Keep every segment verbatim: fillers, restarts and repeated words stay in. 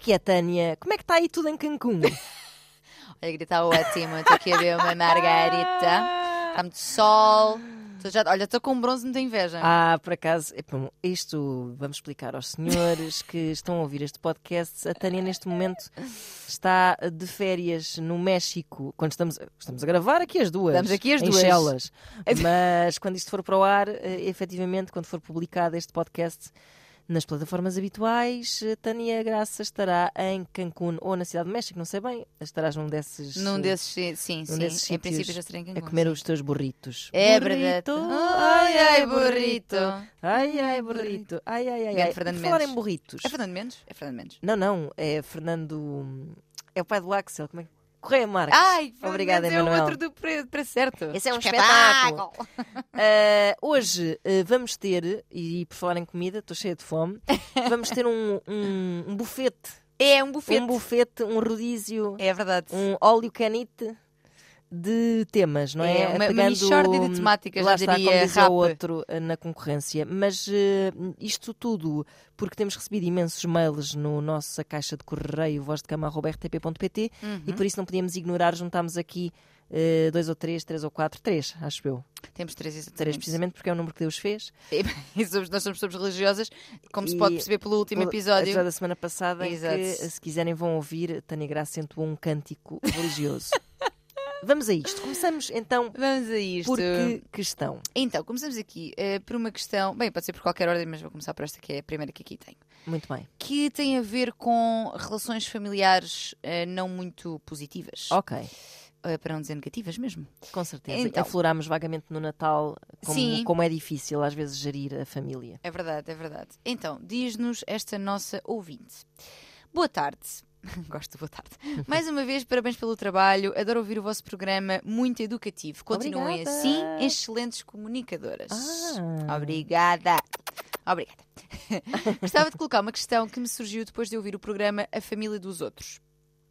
que é, Tânia? Como é que está aí tudo em Cancún? Olha, que está ótimo. Estou aqui a ver uma margarita. Está muito sol. Tô já, olha, estou com um bronze, não tenho inveja. Ah, por acaso, isto vamos explicar aos senhores que estão a ouvir este podcast. A Tânia, neste momento, está de férias no México. Quando estamos, estamos a gravar aqui as duas. Estamos aqui as em duas. Chelas. Mas quando isto for para o ar, efetivamente, quando for publicado este podcast nas plataformas habituais, a Tânia Graça estará em Cancún ou na Cidade do México, não sei bem. Estarás num desses... Num desses, sim, num sim. desses Em princípio já estarei em Cancún. a comer sim. os teus burritos. É burrito, verdade. Ai, ai, burrito. burrito. Ai, ai, burrito. Ai, ai, ai, É ai. Fernando Por falar Mendes. em burritos. É Fernando Mendes? É Fernando Mendes. Não, não. É Fernando... É o pai do Axel. Como é que... Correia Marques. Ai, Obrigada, Mendes é o Emanuel. outro do pre- para certo. Esse é um espetáculo. Uh, hoje uh, vamos ter, e por falar em comida, estou cheia de fome, vamos ter um, um, um bufete. É um bufete. Um bufete, um rodízio, É verdade. um all you can eat de temas, não é? É, uma- uma Pegando, mixórdia de temáticas, lá já está, diria como dizia rap. o outro uh, na concorrência. Mas uh, isto tudo porque temos recebido imensos mails no nossa caixa de correio voz de cama arroba r t p ponto p t Uhum. e por isso não podíamos ignorar, juntámos aqui uh, dois ou três, três ou quatro, três, acho eu. Temos três exatamente. Três, precisamente porque é o número que Deus fez. E somos, nós somos pessoas religiosas, como se E pode perceber pelo último pelo episódio. episódio da semana passada, em Exato. que, se quiserem, vão ouvir, Tânia Graça entoou um cântico religioso. Vamos a isto. Começamos então Vamos a isto. por que questão? Então, começamos aqui uh, por uma questão, bem, pode ser por qualquer ordem, mas vou começar por esta que é a primeira que aqui tenho. Muito bem. Que tem a ver com relações familiares uh, não muito positivas. Ok, Uh, para não dizer negativas mesmo. com certeza. Então. Aflorámos vagamente no Natal como, Sim. como é difícil às vezes gerir a família. É verdade, é verdade. Então, diz-nos esta nossa ouvinte. Boa tarde. Gosto de boa tarde. Mais uma vez, parabéns pelo trabalho. Adoro ouvir o vosso programa, muito educativo. Continuem Obrigada. assim, excelentes comunicadoras. Ah. Obrigada. Obrigada. Gostava de colocar uma questão que me surgiu depois de ouvir o programa A Família dos Outros.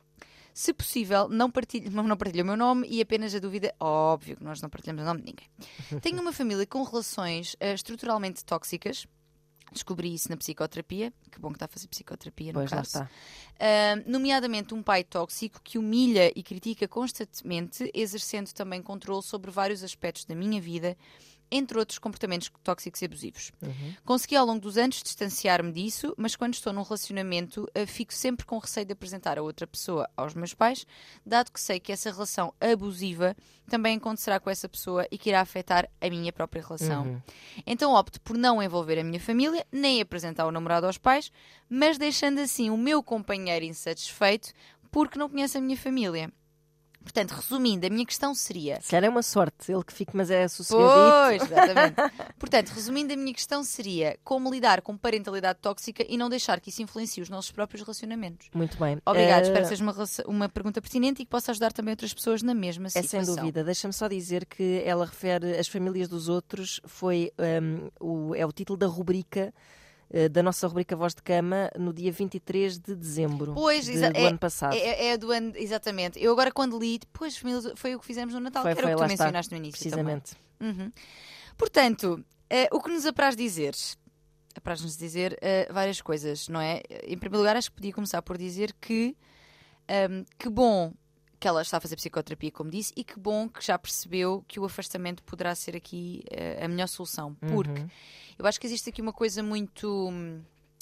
Se possível, não partilhe, não partilhe o meu nome e apenas a dúvida, óbvio que nós não partilhamos o nome de ninguém. Tenho uma família com relações uh, estruturalmente tóxicas. Descobri isso na psicoterapia. Que bom que está a fazer psicoterapia, no Pois lá caso. está. Uh, nomeadamente um pai tóxico que humilha e critica constantemente, exercendo também controle sobre vários aspectos da minha vida, entre outros comportamentos tóxicos e abusivos. Uhum. Consegui ao longo dos anos distanciar-me disso, mas quando estou num relacionamento uh, fico sempre com receio de apresentar a outra pessoa aos meus pais, dado que sei que essa relação abusiva também acontecerá com essa pessoa e que irá afetar a minha própria relação. Uhum. Então opto por não envolver a minha família, nem apresentar o namorado aos pais, mas deixando assim o meu companheiro insatisfeito porque não conhece a minha família. Portanto, resumindo, a minha questão seria... Se calhar é uma sorte, ele que fique, mas é sossegadito. Pois, exatamente. Portanto, resumindo, a minha questão seria como lidar com parentalidade tóxica e não deixar que isso influencie os nossos próprios relacionamentos. Muito bem. Obrigada, Eh, espero que seja uma, relação- uma pergunta pertinente e que possa ajudar também outras pessoas na mesma É situação. sem dúvida. Deixa-me só dizer que ela refere as famílias dos outros, foi, um, o, é o título da rubrica, uh, da nossa rubrica Voz de Cama, no dia vinte e três de dezembro Pois, de- exa- do é- ano passado. É, é do ano, exatamente. Eu agora quando li, pois famílias- foi o que fizemos no Natal, Foi, que era foi, o que lá tu está, mencionaste no início precisamente. também. Uhum. Portanto, eh, o que nos apraz dizer? Apraz-nos dizer eh, várias coisas, não é? Em primeiro lugar, acho que podia começar por dizer que ahm, que bom que ela está a fazer psicoterapia, como disse, e que bom que já percebeu que o afastamento poderá ser aqui eh, a melhor solução. Porque Uhum. eu acho que existe aqui uma coisa muito... hum,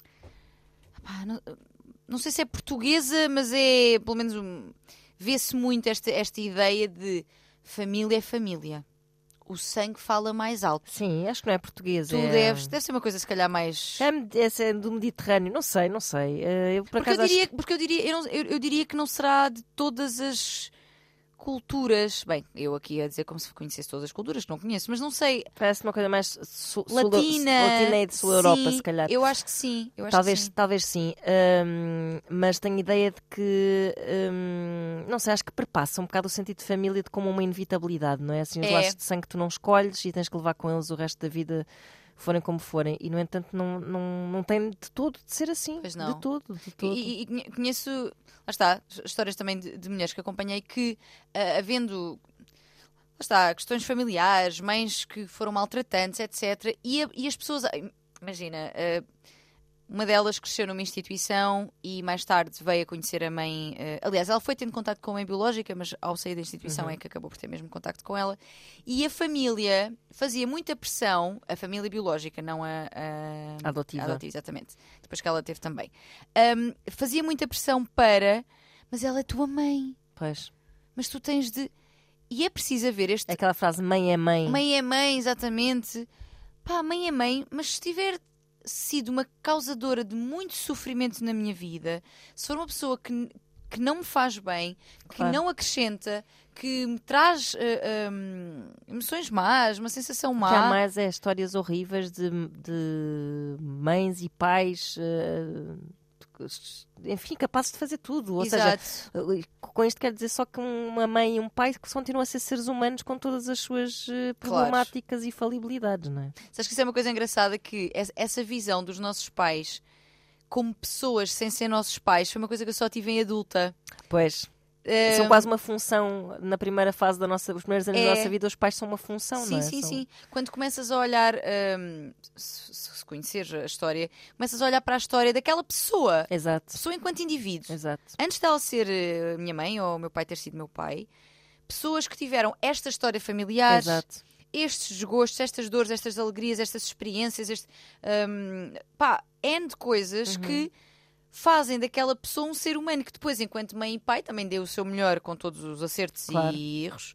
pá, não, não sei se é portuguesa, mas é, pelo menos, um, vê-se muito esta, esta ideia de família é família. O sangue fala mais alto. Sim, acho que não é português. Tu é... deves, deve ser uma coisa, se calhar, mais... É, esse é do Mediterrâneo, não sei, não sei. Eh, Eu, por Porque acaso, eu acho diria, porque eu diria, eu, não- eu- eu diria que não será de todas as culturas. Bem, eu aqui a dizer como se conhecesse todas as culturas, que não conheço, mas não sei. que parece uma coisa mais sul, sul- Latina. latina e de sul Europa, sim, se calhar. Eu acho que sim. Eu acho Talvez, que sim. talvez sim, Hum, mas tenho ideia de que, hum, não sei, acho que perpassa um bocado o sentido de família de como uma inevitabilidade, não é? Assim, os É. laços de sangue que tu não escolhes e tens que levar com eles o resto da vida, forem como forem, e no entanto não, não, não tem de todo de ser assim, Pois não. de todo, de todo. E, e- e conheço, lá está, histórias também de, de mulheres que acompanhei que, ah, havendo, lá está, questões familiares, mães que foram maltratantes, etcétera. E, a- e as pessoas, ai, imagina, ah, uma delas cresceu numa instituição e mais tarde veio a conhecer a mãe. Uh, aliás, ela foi tendo contacto com a mãe biológica, mas ao sair da instituição Uhum. é que acabou por ter mesmo contacto com ela. E a família fazia muita pressão, a família biológica, não a, a... Adotiva. a adotiva, exatamente. Depois que ela teve também. Um, fazia muita pressão para, mas ela é tua mãe. Pois. Mas tu tens de... E é preciso haver este... Aquela frase, mãe é mãe. Mãe é mãe, exatamente. Pá, mãe é mãe, mas se tiver sido uma causadora de muito sofrimento na minha vida, se for uma pessoa que, que não me faz bem, que Claro. não acrescenta, que me traz uh, um, emoções más, uma sensação má... O que há mais é histórias horríveis de, de mães e pais... uh, enfim, capazes de fazer tudo. Ou Exato. seja, com isto quer dizer só que uma mãe e um pai que continuam a ser seres humanos com todas as suas uh, problemáticas e falibilidades, não é? Sabes que isso é uma coisa engraçada, que essa visão dos nossos pais como pessoas sem ser nossos pais foi uma coisa que eu só tive em adulta. Pois. Um, São quase uma função na primeira fase da nossa, os primeiros anos É. da nossa vida, os pais são uma função, Sim, não é? sim, São- sim. Quando começas a olhar, hum, se, se conheces a história, começas a olhar para a história daquela pessoa, Exato, pessoa enquanto indivíduo. exato. Antes dela ser eh, minha mãe ou o meu pai ter sido meu pai, pessoas que tiveram esta história familiar, Exato. estes desgostos, estas dores, estas alegrias, estas experiências, este, hum, pá, N de coisas Uhum. que fazem daquela pessoa um ser humano que depois, enquanto mãe e pai, também deu o seu melhor com todos os acertos Claro. e erros,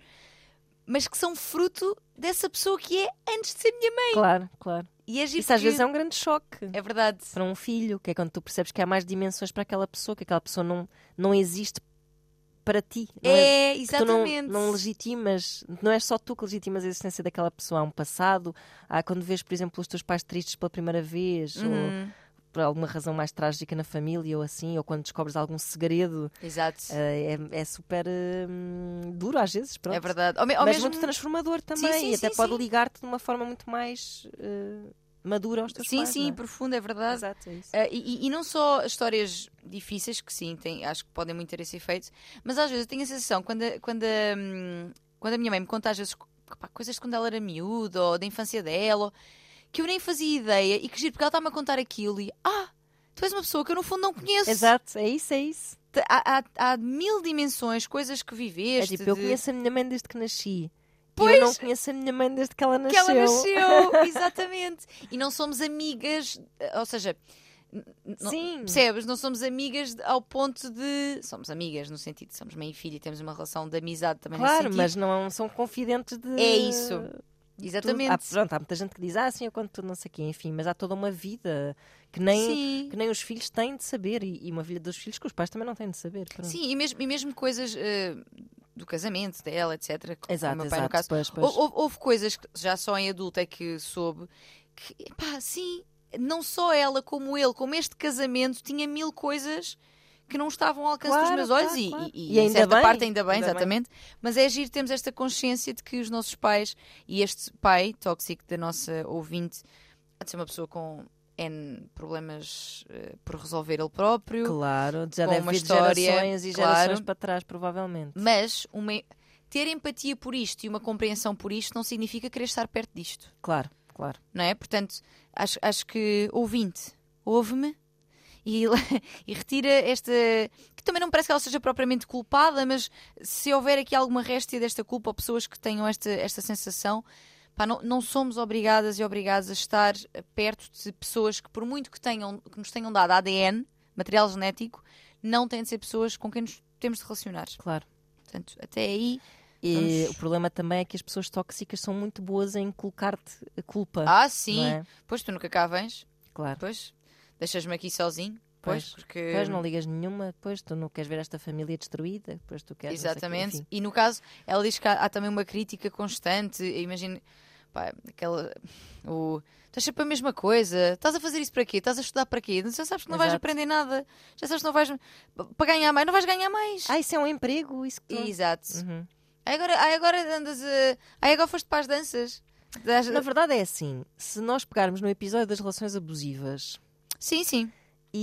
mas que são fruto dessa pessoa que é antes de ser minha mãe. Claro, claro. E é giro Isso às porque- vezes é um grande choque É verdade. para um filho, que é quando tu percebes que há mais dimensões para aquela pessoa, que aquela pessoa não, não existe para ti. Não É, que tu não, exatamente. não legitimas, não é só tu que legitimas a existência daquela pessoa, há um passado, há quando vês, por exemplo, os teus pais tristes pela primeira vez, ou Uhum. por alguma razão mais trágica na família, ou assim, ou quando descobres algum segredo, Exato. eh, é, é super hum, duro às vezes, pronto. É verdade. Ao, me- ao Mas mesmo... muito transformador também, sim, e até sim, pode sim. ligar-te de uma forma muito mais eh, madura aos teus Sim, pais. sim, não é? profundo, é verdade. Exato, é isso. Ah, e, e não só histórias difíceis, que sim, tem, acho que podem muito ter esse efeito, mas às vezes eu tenho a sensação, quando a, quando a, hum, quando a minha mãe me conta às vezes pá, coisas de quando ela era miúda ou da infância dela, ou- que eu nem fazia ideia, e que giro, porque ela está-me a contar aquilo e ah, tu és uma pessoa que eu no fundo não conheço. Exato, é isso, é isso. Te- Há, há- há mil dimensões, coisas que É viveste. tipo, eu de- conheço a minha mãe desde que nasci. E Pois. eu não conheço a minha mãe desde que ela que nasceu. ela nasceu, exatamente. E não somos amigas, ou seja, n- n- não- Sim. percebes? Não somos amigas de- ao ponto de. Somos amigas no sentido de somos mãe e filha e temos uma relação de amizade também nesse Claro, sentido. mas não são confidentes de. É isso. de Exatamente. tudo. Há, pronto, há muita gente que diz, ah, sim, eu conto tudo, não sei o quê, enfim, mas há toda uma vida que nem, Sim. que nem os filhos têm de saber, e, e uma vida dos filhos que os pais também não têm de saber. Pronto. Sim, e mesmo, e mesmo coisas eh, do casamento dela, etcétera. Com Exato, o meu pai, exato. no caso. Pois, pois. Hou- Houve, houve coisas que já só em adulta é que soube que, pá, sim, não só ela como ele, como este casamento, tinha mil coisas que não estavam ao alcance Claro, dos meus olhos claro, e, claro. e, E e em ainda certa bem, parte ainda bem, ainda bem. exatamente. Mas é giro termos esta consciência de que os nossos pais e este pai tóxico da nossa ouvinte há de ser uma pessoa com N problemas eh, por resolver ele próprio. Claro, já com deve uma vir de história, gerações e claro. gerações para trás, provavelmente. Mas uma- ter empatia por isto e uma compreensão por isto não significa querer estar perto disto, Claro, claro. não é? Portanto, acho, acho que ouvinte, ouve-me e, e retira esta. Que também não me parece que ela seja propriamente culpada, mas se houver aqui alguma réstia desta culpa ou pessoas que tenham esta, esta sensação, pá, não, não somos obrigadas e obrigados a estar perto de pessoas que, por muito que, tenham, que nos tenham dado A D N, material genético, não têm de ser pessoas com quem nos temos de relacionar. Claro. Portanto, até aí. E Vamos- o problema também é que as pessoas tóxicas são muito boas em colocar-te a culpa. Ah, não sim. é? Pois tu nunca cá vens. Claro. Pois. Deixas-me aqui sozinho. Pois, Pois. porque. Depois não ligas nenhuma, depois tu não queres ver esta família destruída, depois tu queres. não sei o quê, Exatamente. enfim. E no caso, ela diz que há, há também uma crítica constante. Imagina, pá, aquela. O. Estás sempre a mesma coisa. Estás a fazer isso para quê? Estás a estudar para quê? Já sabes que não vais Exato. aprender nada. Já sabes que não vais. Para ganhar mais, não vais ganhar mais. Ah, isso é um emprego? Isso que tu... Exato. Uhum. Aí agora, aí agora andas a. Aí agora foste para as danças. Das- Na verdade é assim, se nós pegarmos no episódio das relações abusivas Sim, sim.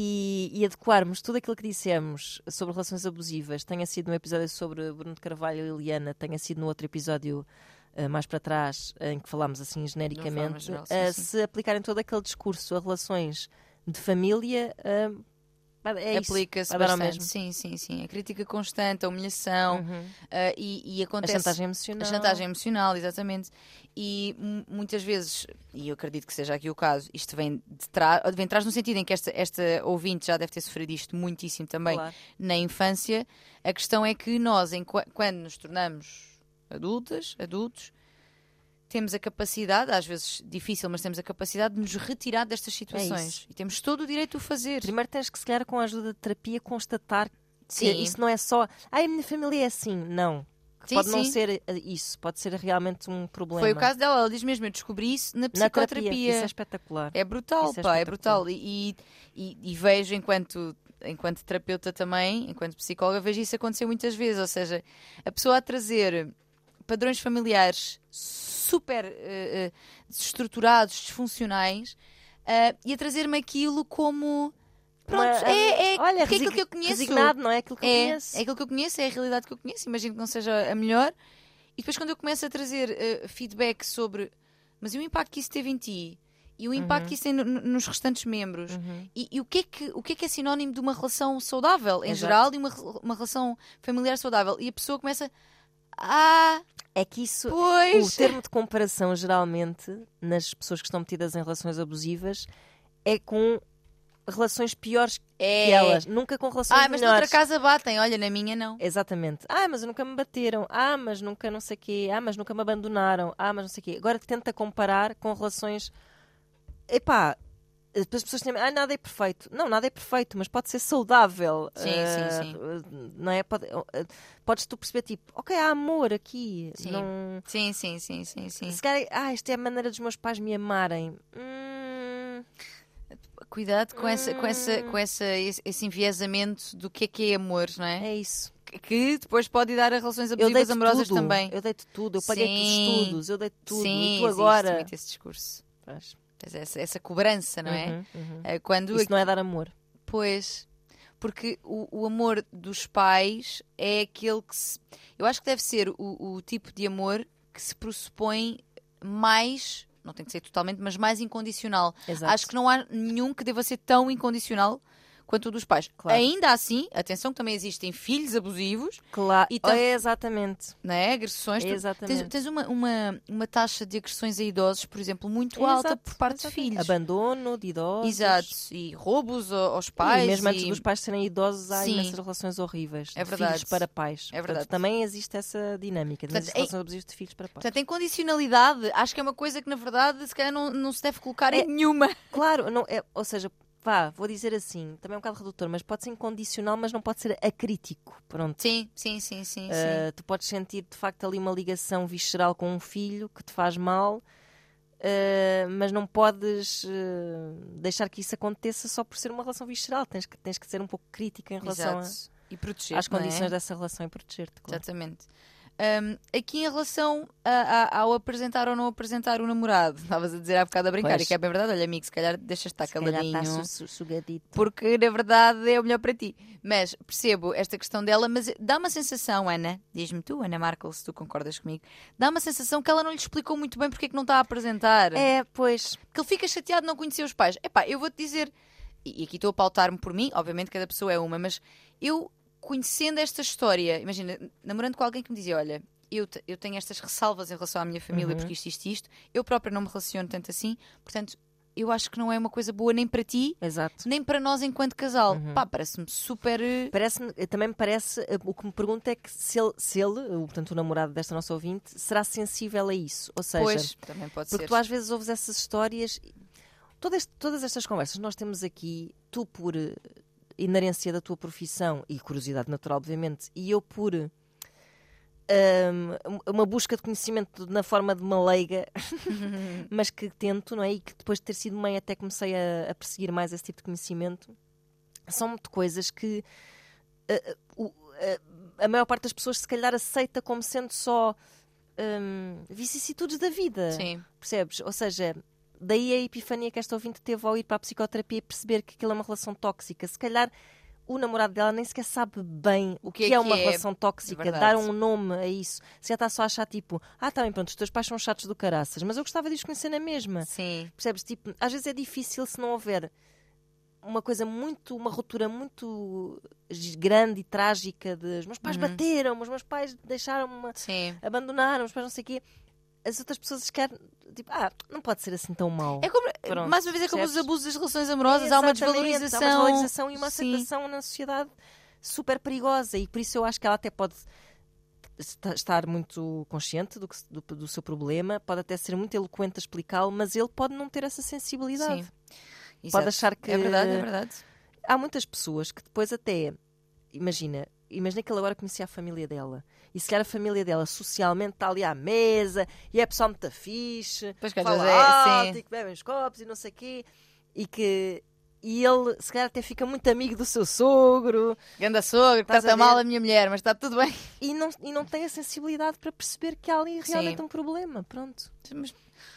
e, e adequarmos tudo aquilo que dissemos sobre relações abusivas, tenha sido no episódio sobre Bruno de Carvalho e Liliana, tenha sido no outro episódio uh, mais para trás, em que falámos assim genericamente, geral, sim, uh, sim. se aplicarem todo aquele discurso a relações de família, uh, é aplica-se isso, vai dar ao bastante. mesmo. Sim, sim, sim. A crítica constante, a humilhação Uhum. uh, e, e A acontece... chantagem emocional. A chantagem emocional, exatamente. E m- muitas vezes, e eu acredito que seja aqui o caso, isto vem de trás, vem de trás no sentido em que esta, esta ouvinte já deve ter sofrido isto muitíssimo também Claro. na infância. A questão é que nós, em, quando nos tornamos adultas, adultos, temos a capacidade, às vezes difícil, mas temos a capacidade de nos retirar destas situações. É e temos todo o direito de o fazer. Primeiro tens que, se calhar, com a ajuda de terapia, constatar que Sim. isso não é só ai, a minha família é assim. Não. Sim, Pode não sim. ser isso. Pode ser realmente um problema. Foi o caso dela, ela diz mesmo, eu descobri isso na Na psicoterapia. terapia. Isso é espetacular. É brutal, Isso é pá, é espetacular. brutal. E, e, e vejo enquanto, enquanto terapeuta também, enquanto psicóloga, vejo isso acontecer muitas vezes. Ou seja, a pessoa a trazer padrões familiares super uh, uh, desestruturados, disfuncionais, uh, e a trazer-me aquilo como... Pronto, Uma- é, é, olha, porque é aquilo resig- que eu conheço. Resignado, não é aquilo que eu É, conheço. é aquilo que eu conheço, é a realidade que eu conheço. Imagino que não seja a melhor. E depois, quando eu começo a trazer uh, feedback sobre, mas e o impacto que isso teve em ti? E o impacto Uhum. que isso tem no- no- nos restantes membros? Uhum. E, e o, que é que, o que é que é sinónimo de uma relação saudável, em Exato. geral, e uma, re- uma relação familiar saudável? E a pessoa começa, ah, É que isso, pois... o termo de comparação, geralmente, nas pessoas que estão metidas em relações abusivas, é com relações piores é. que elas. Nunca com relações Ah, mas noutra melhores. casa batem, olha, na minha não. Exatamente. Ah, mas nunca me bateram. Ah, mas nunca não sei quê. Ah, mas nunca me abandonaram. Ah, mas não sei quê. Agora tenta comparar com relações... Epá, as pessoas têm... Ah, nada é perfeito. Não, nada é perfeito, mas pode ser saudável. Sim, Ah, sim, sim. Não é? Pode... ah, Podes tu perceber, tipo, ok, há amor aqui. Sim. Não... Sim, sim, sim, sim, sim. Se calhar, ah, esta é a maneira dos meus pais me amarem. Hum... Cuidado com, essa, com, essa, Hum. com essa, esse, esse enviesamento do que é que é amor, não é? É isso. Que- Que depois pode dar a relações Eu abusivas dei-te amorosas tudo. também. Eu dei-te tudo. Eu paguei-te os Sim. estudos. Eu dei-te tudo. Sim, e tu existe agora... muito esse discurso. Pois. Mas Essa, essa cobrança, não é? Uhum, uhum. Eh, Quando Isso não é dar amor. Pois, porque o, o amor dos pais é aquele que se... Eu acho que deve ser o, o tipo de amor que se pressupõe mais, não tem que ser totalmente, mas mais incondicional. Exato. Acho que não há nenhum que deva ser tão incondicional quanto o dos pais. Claro. Ainda assim, atenção que também existem filhos abusivos, Claro. E tam- É exatamente. não é? Agressões. tu- Exatamente. Tens, tens uma, uma, uma taxa de agressões a idosos, por exemplo, muito alta Exato, por parte de exatamente. filhos. Abandono de idosos. Exato. E roubos ao- aos pais. E mesmo antes e- dos pais serem idosos, há Sim. imensas relações horríveis. É de verdade. filhos para pais. É Portanto, verdade. também existe essa dinâmica. Mas Portanto, existem é- relações abusivas de filhos para pais. Portanto, em condicionalidade, acho que é uma coisa que, na verdade, se calhar não, não se deve colocar É- em nenhuma. Claro, não, é, ou seja, vá, vou dizer assim, também é um bocado redutor, mas pode ser incondicional, mas não pode ser acrítico. Pronto. Sim, sim, sim, sim. Uh, tu podes sentir de facto ali uma ligação visceral com um filho que te faz mal, uh, mas não podes uh, deixar que isso aconteça só por ser uma relação visceral. Tens que, tens que ser um pouco crítica em relação Exato. E proteger, às não é? condições dessa relação e proteger-te. Claro. Exatamente. Um, aqui em relação a- a- ao apresentar ou não apresentar o namorado, estavas a dizer há bocado a brincar, Pois. e que é bem verdade, olha amigo, se calhar deixas estar Se calhar caladinho, está su- su- sugadito. porque na verdade é o melhor para ti. Mas percebo esta questão dela, mas dá uma sensação, Ana, diz-me tu, Ana Markel, se tu concordas comigo, dá uma sensação que ela não lhe explicou muito bem porque é que não está a apresentar. É, pois. Porque ele fica chateado de não conhecer os pais. Epá, eu vou-te dizer, e e aqui estou a pautar-me por mim, obviamente cada pessoa é uma, mas eu, conhecendo esta história, imagina, namorando com alguém que me dizia, olha, eu, te- eu tenho estas ressalvas em relação à minha família, Uhum. porque isto, isto, isto, eu própria não me relaciono tanto assim, portanto, eu acho que não é uma coisa boa nem para ti, Exato. nem para nós enquanto casal. Uhum. Pá, parece-me super... eh, Parece também me parece, eh, o que me pergunta é que se ele, se ele, o- portanto o namorado desta nossa ouvinte, será sensível a isso. Ou seja, Pois, também pode porque ser. tu às vezes ouves essas histórias, todas, todas estas conversas que nós temos aqui, tu por eh, inerência da tua profissão e curiosidade natural, obviamente, e eu por hum, uma busca de conhecimento na forma de uma leiga, mas que tento, não é? E que depois de ter sido mãe até comecei a, a perseguir mais esse tipo de conhecimento. São muito coisas que uh, uh, uh, a maior parte das pessoas se calhar aceita como sendo só hum, vicissitudes da vida. Sim. Percebes? Ou seja, daí a epifania que esta ouvinte teve ao ir para a psicoterapia e perceber que aquilo é uma relação tóxica. Se calhar o namorado dela nem sequer sabe bem o que, que é é que uma é? relação tóxica, Verdade. dar um nome a isso. Se já está só a achar tipo, ah, tá bem, pronto, os teus pais são chatos do caraças, mas eu gostava de os conhecer na mesma. Sim. Percebes? Tipo, às vezes é difícil se não houver uma coisa muito, uma ruptura muito grande e trágica de os meus pais Uhum. bateram, os meus pais deixaram-me, Sim. abandonaram, os meus pais não sei o quê. As outras pessoas querem, tipo, ah, não pode ser assim tão mau. É como, Pronto, mais uma vez, é como os percebes? abusos das relações amorosas. Há uma Exatamente, desvalorização. há uma desvalorização e uma Sim. aceitação na sociedade super perigosa. E por isso eu acho que ela até pode esta- estar muito consciente do, que, se- do, do seu problema, pode até ser muito eloquente a explicá-lo, mas ele pode não ter essa sensibilidade. Sim. Pode Exato. achar que... É verdade, é verdade. Há muitas pessoas que depois até... Imagina, imagina que ele agora conhecia a família dela. E se calhar a família dela socialmente está ali à mesa e é pessoal muito fixe, Pois que às fala vezes é, alto sim. e que bebem os copos e não sei o quê. E que... E ele, se calhar, até fica muito amigo do seu sogro Ganda sogra, que Estás a trata mal ver? a minha mulher, mas está tudo bem. e não, e não tem a sensibilidade para perceber que há ali realmente Sim. um problema. Pronto. Mas,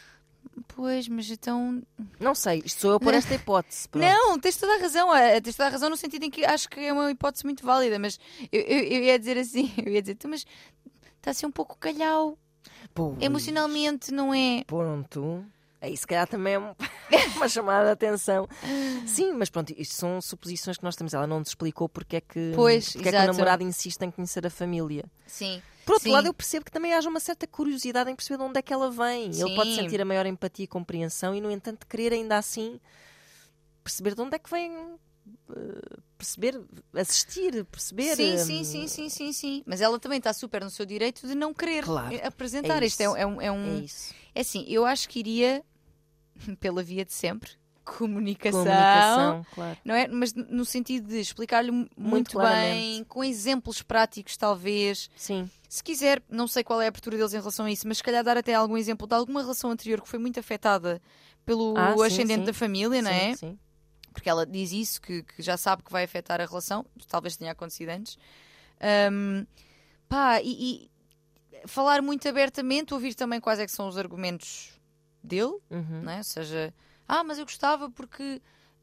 pois, mas então... Não sei, isto sou eu por esta hipótese. Pronto. Não, tens toda a razão. eh, Tens toda a razão no sentido em que acho que é uma hipótese muito válida, mas eu, eu, eu ia dizer assim, eu ia dizer, "Tu, mas está a ser um pouco calhau, Pois, emocionalmente, não é?" Pronto. Aí se calhar também é um- uma chamada de atenção. Sim, mas pronto, isto são suposições que nós temos. Ela não nos explicou porque é que, Pois, porque é que o exato. namorado insiste em conhecer a família. Sim. Por outro Sim. lado, eu percebo que também haja uma certa curiosidade em perceber de onde é que ela vem. Ele pode Sim. sentir a maior empatia e compreensão e, no entanto, querer ainda assim perceber de onde é que vem, eh, perceber, assistir, perceber. Sim, eh, sim, sim, sim, sim, sim. Mas ela também está super no seu direito de não querer Claro, eh, apresentar. é Isto é, isso. é um. É, um- É isso. é assim, eu acho que iria pela via de sempre. Comunicação. Comunicação, claro. Não é? Mas no sentido de explicar-lhe mu- muito, bem, claramente. com exemplos práticos, talvez. Sim, Se quiser, não sei qual é a abertura deles em relação a isso, mas se calhar dar até algum exemplo de alguma relação anterior que foi muito afetada pelo Ah, sim, ascendente sim. da família, não sim, é? sim. Porque ela diz isso, que, que já sabe que vai afetar a relação, talvez tenha acontecido antes. Ahm, pá, e, e falar muito abertamente, ouvir também quais é que são os argumentos dele, Uhum. não é? Ou seja, ah, mas eu gostava porque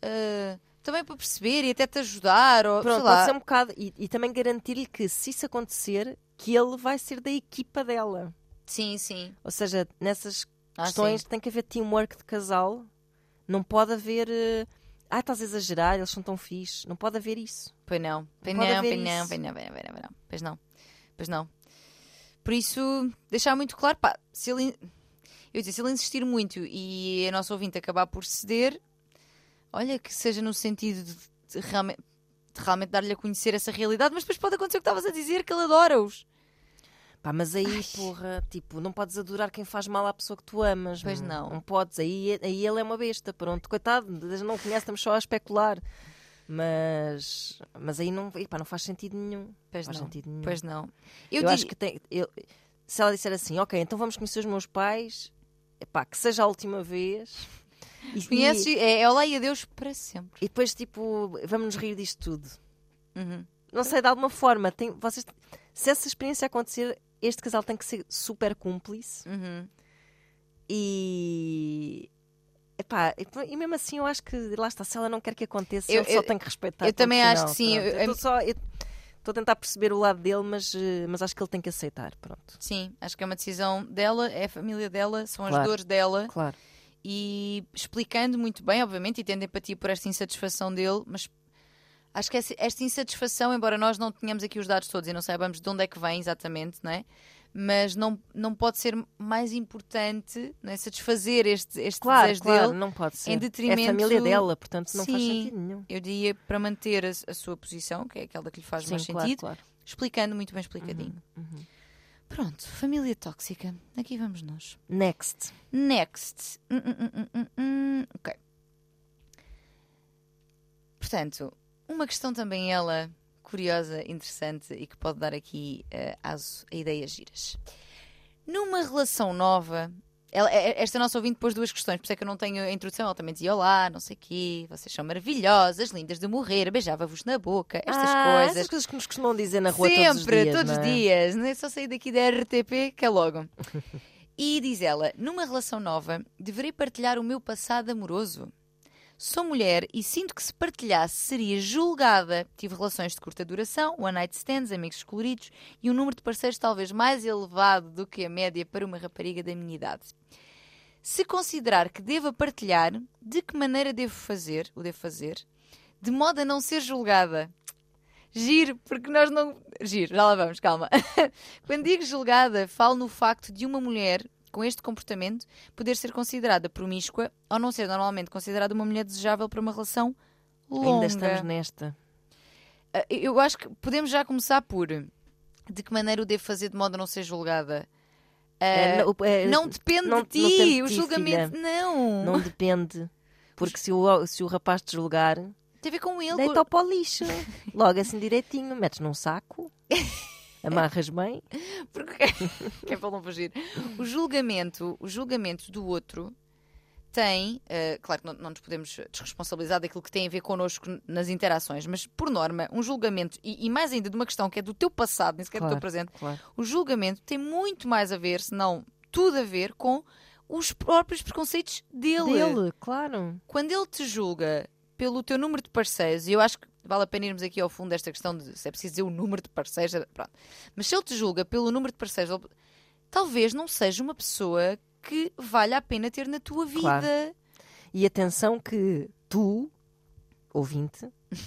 ah, também para perceber e até te ajudar, ou Pronto, sei pode lá. ser um bocado. E, e também garantir-lhe que, se isso acontecer, que ele vai ser da equipa dela. Sim, sim. Ou seja, nessas Ah, questões sim. tem que haver teamwork de casal. Não pode haver. eh, Ah, estás a exagerar, eles são tão fixes. Não pode haver isso. Pois não, pois pode não, haver pois não, isso. pois não, pois não, pois não, pois não, pois não, pois não. Por isso, deixar muito claro, pá, se ele, eu disse, se ele insistir muito e a nossa ouvinte acabar por ceder, olha, que seja no sentido de, de realmente, de realmente dar-lhe a conhecer essa realidade, mas depois pode acontecer o que estavas a dizer, que ele adora-os. Pá, mas aí, porra, tipo, não podes adorar quem faz mal à pessoa que tu amas. Pois meu. não. Não podes. Aí, aí ele é uma besta, pronto. Coitado, não conhece, estamos só a especular. Mas, mas aí não, epá, não faz sentido nenhum. Pois faz não, sentido nenhum. pois não. Eu, Eu, acho digo, que tem. eu- se ela disser assim, ok, então vamos conhecer os meus pais, epá, que seja a última vez. E, conheces, e, é, é olá e adeus para sempre. e depois, tipo, vamos nos rir disto tudo. Uhum. Não sei, de alguma forma, tem, vocês, se essa experiência acontecer, este casal tem que ser super cúmplice. Uhum. E. Epá, e, e mesmo assim eu acho que lá está, se ela não quer que aconteça, Eu- ele só eu- tem que respeitar. eu ponto também acho final, que sim, pronto. eu- Eu estou só eu estou a tentar perceber o lado dele, mas, eh, mas acho que ele tem que aceitar. Pronto. Sim, acho que é uma decisão dela, é a família dela, são as Claro. dores dela. Claro. E explicando muito bem, obviamente, e tendo empatia por esta insatisfação dele, mas acho que essa- esta insatisfação, embora nós não tenhamos aqui os dados todos e não saibamos de onde é que vem exatamente, não é? Mas não, não pode ser mais importante, não é? Satisfazer este, este Claro, desejo claro, dele. não pode ser. em detrimento- É a família dela, portanto não faz Sim. sentido nenhum. Eu diria para manter a, a sua posição, que é aquela que lhe faz Sim, mais claro, sentido, claro. explicando muito bem explicadinho. Uhum. Pronto, família tóxica. Aqui vamos nós. Next. Next. Hum, hum, hum, hum, hum, hum. Ok. Portanto, uma questão também ela curiosa, interessante e que pode dar aqui uh, aso a ideias giras. Numa relação nova, ela, esta nossa ouvinte pôs duas questões, por isso é que eu não tenho a introdução. Ela também dizia: olá, não sei o quê, vocês são maravilhosas, lindas de morrer, beijava-vos na boca, estas ah, coisas. Essas coisas que nos costumam dizer na rua Sempre, todos os dias. todos não os é? dias. Não é só sair daqui da R T P que é logo. E diz ela: numa relação nova, deverei partilhar o meu passado amoroso. Sou mulher e sinto que se partilhasse seria julgada. Tive relações de curta duração, one night stands, amigos coloridos e um número de parceiros talvez mais elevado do que a média para uma rapariga da minha idade. Se considerar que deva partilhar, de que maneira devo fazer, o devo fazer? de modo a não ser julgada. Giro, porque nós não... Giro, já lá vamos, calma. Quando digo julgada, falo no facto de uma mulher com este comportamento poder ser considerada promíscua ou não ser normalmente considerada uma mulher desejável para uma relação longa. Ainda estamos nesta. Uh, Eu acho que podemos já começar por de que maneira o devo fazer de modo a não ser julgada. Uh, É, não, é, não depende não- de ti, não depende de o ti, julgamento filha. não. Não depende. Porque se o, se o rapaz te julgar, Tem a ver com ele. deita-o para o lixo. Logo assim direitinho. Metes num saco. Amarras bem. Porque... que é para não fugir. O julgamento, o julgamento do outro tem, uh, claro que não, não nos podemos desresponsabilizar daquilo que tem a ver connosco nas interações, mas por norma, um julgamento, e, e mais ainda de uma questão que é do teu passado, nem sequer do teu presente, Claro. o julgamento tem muito mais a ver, se não tudo a ver, com os próprios preconceitos dele. Dele, claro. Quando ele te julga pelo teu número de parceiros, e eu acho que vale a pena irmos aqui ao fundo desta questão de se é preciso dizer o número de parceiros, pronto. Mas se ele te julga pelo número de parceiros, ele, talvez não seja uma pessoa que valha a pena ter na tua vida. Claro. E atenção que tu, ouvinte,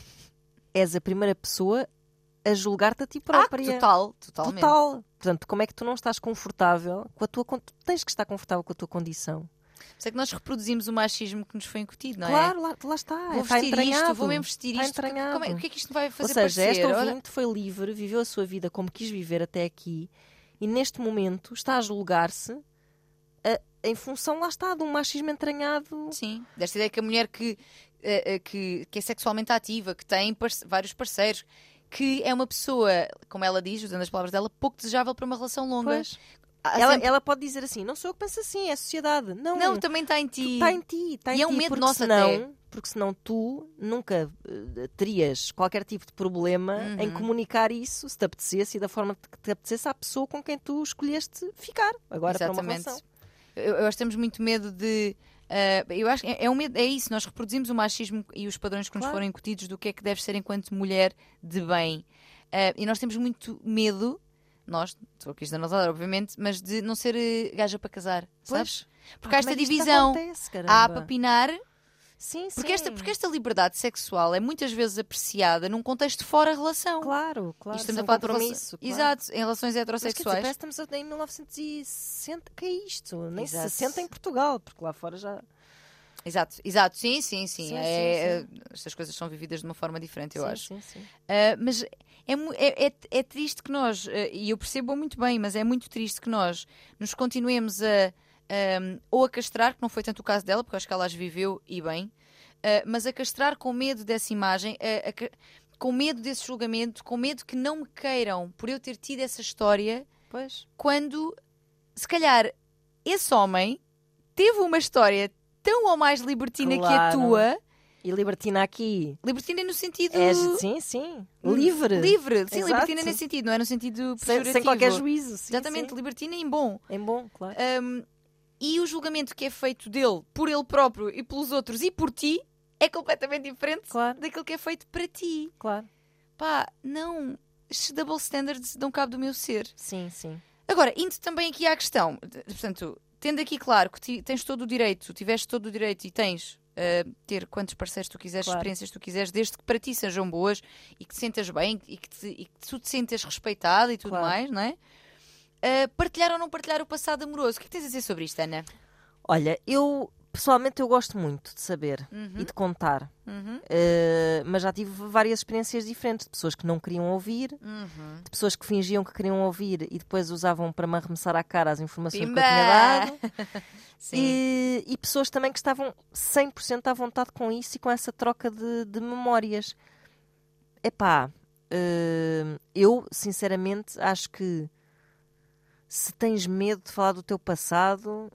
és a primeira pessoa a julgar-te a ti própria. Ah, total, totalmente. Total. Portanto, como é que tu não estás confortável com a tua... con- Tu tens que estar confortável com a tua condição. Por isso é que nós reproduzimos o machismo que nos foi incutido, não é? Claro, lá, lá está. Vou está vestir entranhado. isto, vou mesmo vestir Está isto. Que- entranhado. como é- o que é que isto me vai fazer Ou seja, parecer? esta Ora- ouvinte foi livre, viveu a sua vida como quis viver até aqui e neste momento está a julgar-se a- em função, lá está, de um machismo entranhado. Sim, desta ideia que a mulher que, eh, eh, que, que é sexualmente ativa, que tem parce- vários parceiros, que é uma pessoa, como ela diz, usando as palavras dela, pouco desejável para uma relação longa. Pois. Há Ela, sempre- ela pode dizer assim, não sou eu que penso assim, é a sociedade. Não, Não, também está em ti. está em ti. Está E em é um ti, medo porque nosso senão, até. Porque senão tu nunca eh, terias qualquer tipo de problema Uhum. em comunicar isso, se te apetecesse e da forma que te apetecesse à pessoa com quem tu escolheste ficar agora para uma Exatamente. relação. Eu, eu acho que temos muito medo de. ah, eu acho que é, é, um medo, é isso, nós reproduzimos o machismo e os padrões que nos Claro. foram incutidos do que é que deve ser enquanto mulher de bem. Ah, e nós temos muito medo, nós, estou aqui generalizar, obviamente, mas de não ser eh, gaja para casar, sabes? Porque há esta Como é que isto divisão. acontece, Há caramba? para pinar, Sim, sim. porque esta, porque esta liberdade sexual é muitas vezes apreciada num contexto fora relação. Claro, claro. E estamos sem a falar de compromisso. relação- Claro. Exato, em relações Mas quer heterossexuais. dizer, parece que estamos em mil novecentos e sessenta. Que é isto? Nem Exato. sessenta em Portugal, porque lá fora já. Exato, exato, sim, sim, sim. Sim, É- sim, é- estas coisas são vividas de uma forma diferente, eu sim, acho. Sim, sim. Uh, mas é, mu- é, é, é triste que nós, uh, e eu percebo muito bem, mas é muito triste que nós nos continuemos a um, ou a castrar, que não foi tanto o caso dela, porque eu acho que ela as viveu e bem, uh, mas a castrar com medo dessa imagem, a- a ca- com medo desse julgamento, com medo que não me queiram por eu ter tido essa história, Pois. quando se calhar esse homem teve uma história tão ou mais libertina que a Claro. tua, E libertina aqui. libertina no sentido É, sim, sim. Livre. livre, sim, Exato. libertina nesse sentido, não é no sentido Sem, pejorativo. sem qualquer juízo. Sim, Exatamente, sim. libertina em bom. É bom, claro. Um, e o julgamento que é feito dele, por ele próprio e pelos outros e por ti, é completamente diferente Claro. daquilo que é feito para ti. Claro. Pá, não. Estes double standards dão cabo do meu ser. Sim, sim. Agora, indo também aqui à questão, portanto, tendo aqui claro que ti- tens todo o direito, tiveste todo o direito e tens uh, ter quantos parceiros tu quiseres, Claro. experiências tu quiseres, desde que para ti sejam boas e que te sentas bem e que, te, e que tu te sentas respeitado e tudo Claro. mais, não é? Uh, partilhar ou não partilhar o passado amoroso. O que é que tens a dizer sobre isto, Ana? Olha, eu pessoalmente eu gosto muito de saber Uhum. e de contar. Uhum. Uh, mas já tive várias experiências diferentes de pessoas que não queriam ouvir, Uhum. de pessoas que fingiam que queriam ouvir e depois usavam para me arremessar à cara as informações Pimba! que eu tinha dado. Sim. E, e pessoas também que estavam cem por cento à vontade com isso e com essa troca de, de memórias. Epá, uh, eu sinceramente acho que se tens medo de falar do teu passado,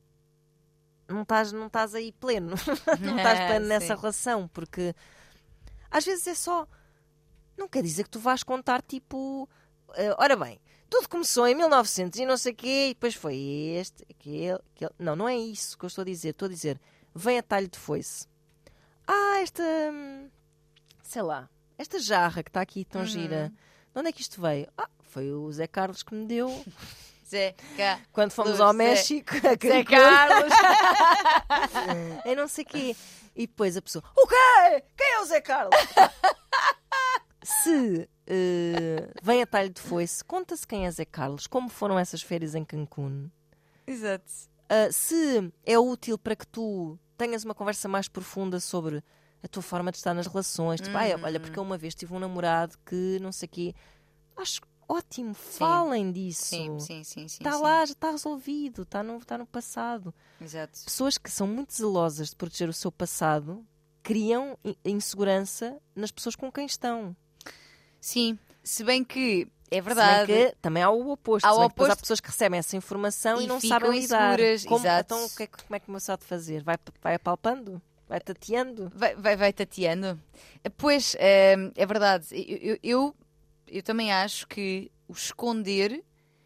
não estás, não estás aí pleno. Não estás pleno nessa Sim. relação, porque às vezes é só. Não quer dizer que tu vais contar tipo. eh, ora bem, tudo começou em mil e novecentos e não sei o quê, e depois foi este, aquele, aquele. Não, não é isso que eu estou a dizer. Estou a dizer, vem a talho de foice. Ah, esta. hum, Sei lá, esta jarra que está aqui tão Uhum. gira. De onde é que isto veio? Ah, foi o Zé Carlos que me deu Zé, cá. quando fomos Luz, ao Zé- México. a Zé Cancún. Carlos. Eu não sei o quê. E depois a pessoa, o quê? Quem é o Zé Carlos? Se uh, vem a talho de foice, conta-se quem é Zé Carlos, como foram essas férias em Cancún. Exato. Uh, se é útil para que tu tenhas uma conversa mais profunda sobre a tua forma de estar nas relações. Tipo, Uhum. "Ai, olha, porque eu uma vez tive um namorado que não sei o quê." Acho ótimo, falem disso. Sim, sim, sim. sim Está sim. lá, já está resolvido, está no, está no passado. Exato. Pessoas que são muito zelosas de proteger o seu passado criam in- insegurança nas pessoas com quem estão. Sim, se bem que é Se verdade. bem que também há o oposto. Há Se o bem que depois há oposto. pessoas que recebem essa informação e, E não ficam sabem lidar. inseguras, Como, exato. então, o que é, que- como é que o meu sabe fazer? Vai, vai apalpando? Vai tateando? Vai, vai, vai tateando. Pois, é, é verdade. Eu, eu, eu, eu também acho que o esconder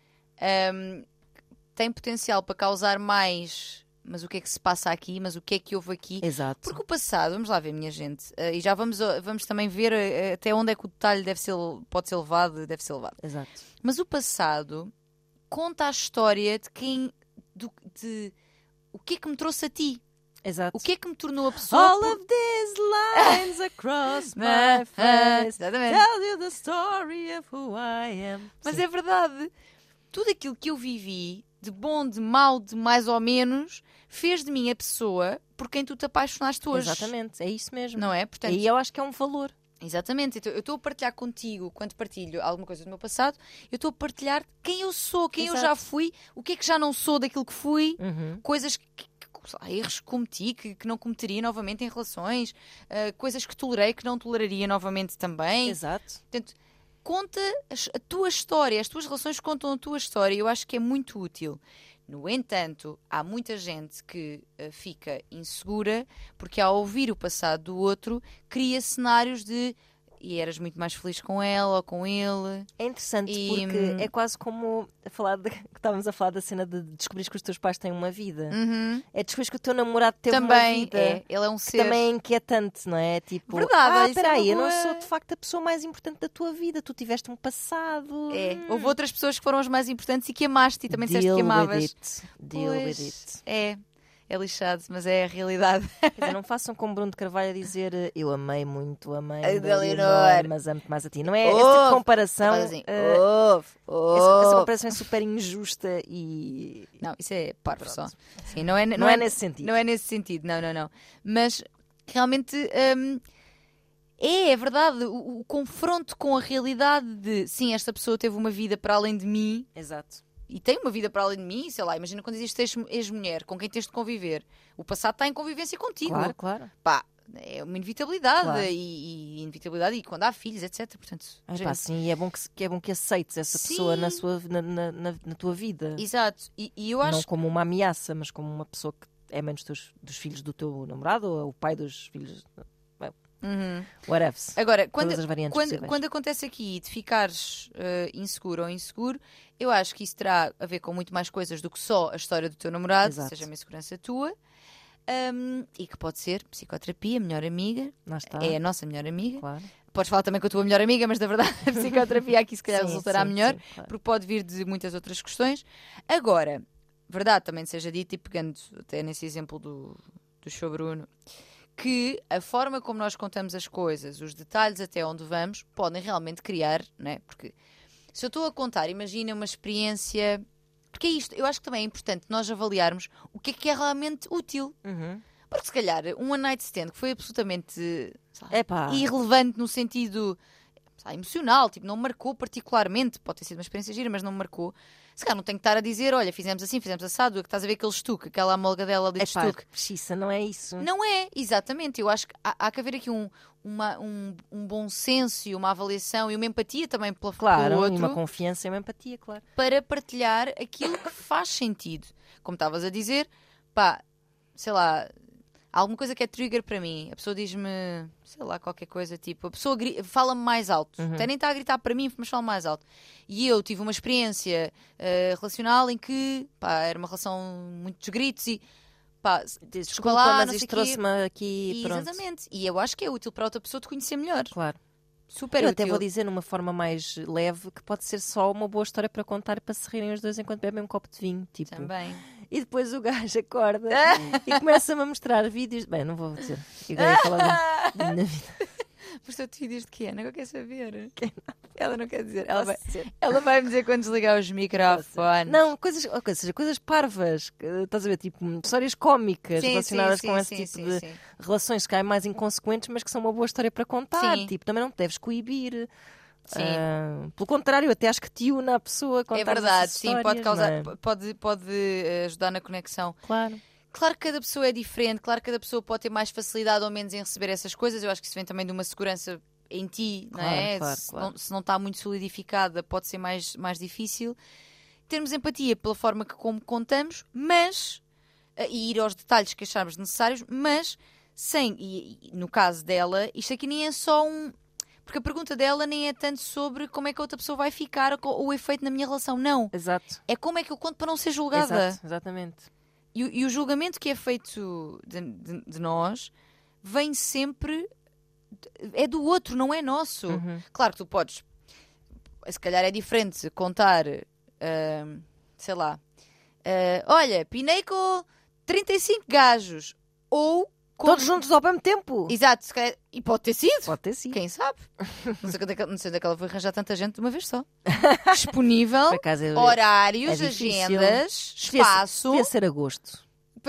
ehm, tem potencial para causar mais. Mas o que é que se passa aqui? Mas o que é que houve aqui? Exato. Porque o passado, vamos lá ver, minha gente, eh, e já vamos, eh, vamos também ver eh, até onde é que o detalhe deve ser, pode ser levado, deve ser levado. Exato. Mas o passado conta a história de quem, do, de o que é que me trouxe a ti, Exato. o que é que me tornou a pessoa. All por- of these lines across my face Exatamente. tell you the story of who I am. Mas Sim. é verdade, tudo aquilo que eu vivi, de bom, de mau, de mais ou menos, fez de mim a pessoa por quem tu te apaixonaste hoje. Exatamente, é isso mesmo. Não é? Portanto, E eu acho que é um valor. exatamente. Então, eu estou a partilhar contigo, quando partilho alguma coisa do meu passado, eu estou a partilhar quem eu sou, quem eu Exato. já fui, o que é que já não sou daquilo que fui, Uhum. coisas que, que- sei lá, erros que cometi, que, que não cometeria novamente em relações, ah, coisas que tolerei que não toleraria novamente também. Exato. Portanto, conta a, a tua história, as tuas relações contam a tua história e eu acho que é muito útil. No entanto, há muita gente que uh, fica insegura porque ao ouvir o passado do outro cria cenários de e eras muito mais feliz com ela ou com ele. É interessante E, porque hum, é quase como a falar de, que estávamos a falar da cena de descobrir que os teus pais têm uma vida. Uhum. É descobrir que o teu namorado teve uma Também vida. é, ele é um Que ser. também é inquietante, não é? Tipo, Verdade, ah, isso é espera aí, uma eu não boa- sou de facto a pessoa mais importante da tua vida. Tu tiveste um passado. É. Hum. Houve outras pessoas que foram as mais importantes e que amaste e também disseste Deal que amavas. with it. Deal Pois, with it. É, é lixado, mas é a realidade. Quer dizer, não façam como Bruno de Carvalho a dizer eu amei muito a mãe A da da Leonor, Leonor. mas amo-te mais a ti. Não é esse tipo Ouve. de comparação. Faz assim, eh, ouve, essa, ouve. essa comparação é super injusta e Não, isso é parvo Pronto. só. Sim, não é, não, não, é, é, nesse sentido. não é nesse sentido, não, não, não. Mas realmente hum, é, é verdade, o, o confronto com a realidade de sim, esta pessoa teve uma vida para além de mim Exato. e tem uma vida para além de mim, sei lá, imagina quando existe ex- ex-mulher com quem tens de conviver. O passado está em convivência contigo. Claro, claro. Pá, é uma inevitabilidade Claro. e, e inevitabilidade e quando há filhos, etcétera. Portanto, Ai, gente, pá, sim, e é bom que, se- que é bom que aceites essa Sim. pessoa na, sua, na, na, na- na tua vida. exato. E, e eu acho Não como uma ameaça, mas como uma pessoa que é mãe dos, teus, dos filhos do teu namorado ou o pai dos filhos. Uhum. Whatever. Agora, quando, Todas as variantes quando, possíveis. quando acontece aqui de ficares eh, inseguro ou inseguro, eu acho que isso terá a ver com muito mais coisas do que só a história do teu namorado, Exato. seja uma insegurança tua, um, e que pode ser psicoterapia, melhor amiga, Lá está. é a nossa melhor amiga. Claro. Podes falar também com a tua melhor amiga, mas da verdade a psicoterapia aqui se calhar Sim, resultará sim, melhor, sim, claro. porque pode vir de muitas outras questões. Agora, verdade também seja dito, e pegando até nesse exemplo do, do show Bruno, que a forma como nós contamos as coisas, os detalhes até onde vamos, podem realmente criar, não é? Porque se eu estou a contar, imagina uma experiência. Porque é isto, eu acho que também é importante nós avaliarmos o que é que é realmente útil. Uhum. Porque se calhar um one night stand que foi absolutamente sei lá, Epá. irrelevante no sentido sei lá, emocional, tipo, não me marcou particularmente, pode ter sido uma experiência gira, mas não me marcou. Se calhar não tenho que estar a dizer, olha, fizemos assim, fizemos assado, que estás a ver aquele estuque, aquela amolgadela de Epá, estuque. precisa, não é isso. Não é, exatamente. Eu acho que há, há que haver aqui um, uma- um, um bom senso e uma avaliação e uma empatia também pela, Claro, pelo e outro uma confiança e uma empatia, claro. para partilhar aquilo que faz sentido. Como estavas a dizer, pá, sei lá, há alguma coisa que é trigger para mim. A pessoa diz-me, sei lá, qualquer coisa tipo, a pessoa gri- fala-me mais alto. Uhum. Até nem está a gritar para mim, mas fala mais alto. E eu tive uma experiência eh, relacional em que, pá, era uma relação muito dos gritos e, pá, Desculpa, lá, mas não isto sei quê. trouxe-me aqui. e, Pronto. exatamente. E eu acho que é útil para outra pessoa te conhecer melhor. Claro. Super Eu útil. até vou dizer numa forma mais leve que pode ser só uma boa história para contar e para se rirem os dois enquanto bebem um copo de vinho. Tipo, Também. E depois o gajo acorda e começa-me a mostrar vídeos. Bem, não vou dizer. Eu ia falar da, da minha vida. Mostrou-te vídeos de quê? Não quer saber. Quem Ela não quer dizer. Ela vai, dizer. ela vai me dizer quando desligar os microfones. Não, coisas, ou seja, coisas parvas. que, Estás a ver? Tipo, histórias cómicas Sim, relacionadas sim, com sim, esse sim, tipo sim, de sim. relações, que é mais inconsequentes, mas que são uma boa história para contar. Sim. Tipo, também não te deves coibir. Sim. Ah, pelo contrário, até acho que te une a pessoa contar É verdade, essas sim, pode histórias, causar, não é? pode, pode eh, ajudar na conexão. Claro. Claro que cada pessoa é diferente, claro que cada pessoa pode ter mais facilidade ou menos em receber essas coisas. Eu acho que isso vem também de uma segurança em ti, não Claro, é? claro, se, claro. Não, se não está muito solidificada, pode ser mais, mais difícil. Termos empatia pela forma que como contamos, mas eh, e ir aos detalhes que acharmos necessários, mas sem, e, e no caso dela, isto aqui nem é só um. Porque a pergunta dela nem é tanto sobre como é que a outra pessoa vai ficar ou o efeito na minha relação. Não. Exato. É como é que eu conto para não ser julgada. Exato, exatamente. E, o- e o julgamento que é feito de, de- de nós vem sempre. É do outro, não é nosso. Uhum. Claro que tu podes. Se calhar é diferente contar. ahm, sei lá. ah, olha, pinei com trinta e cinco gajos. Ou. Com... Todos juntos ao mesmo tempo? Exato, se calhar... E pode ter sido. Pode ter sido. Quem sabe? Não sei, quando é que, não sei onde é que ela foi arranjar tanta gente de uma vez só. Disponível, Por acaso, é- horários, é difícil. agendas, devia ser- espaço. Devia ser agosto.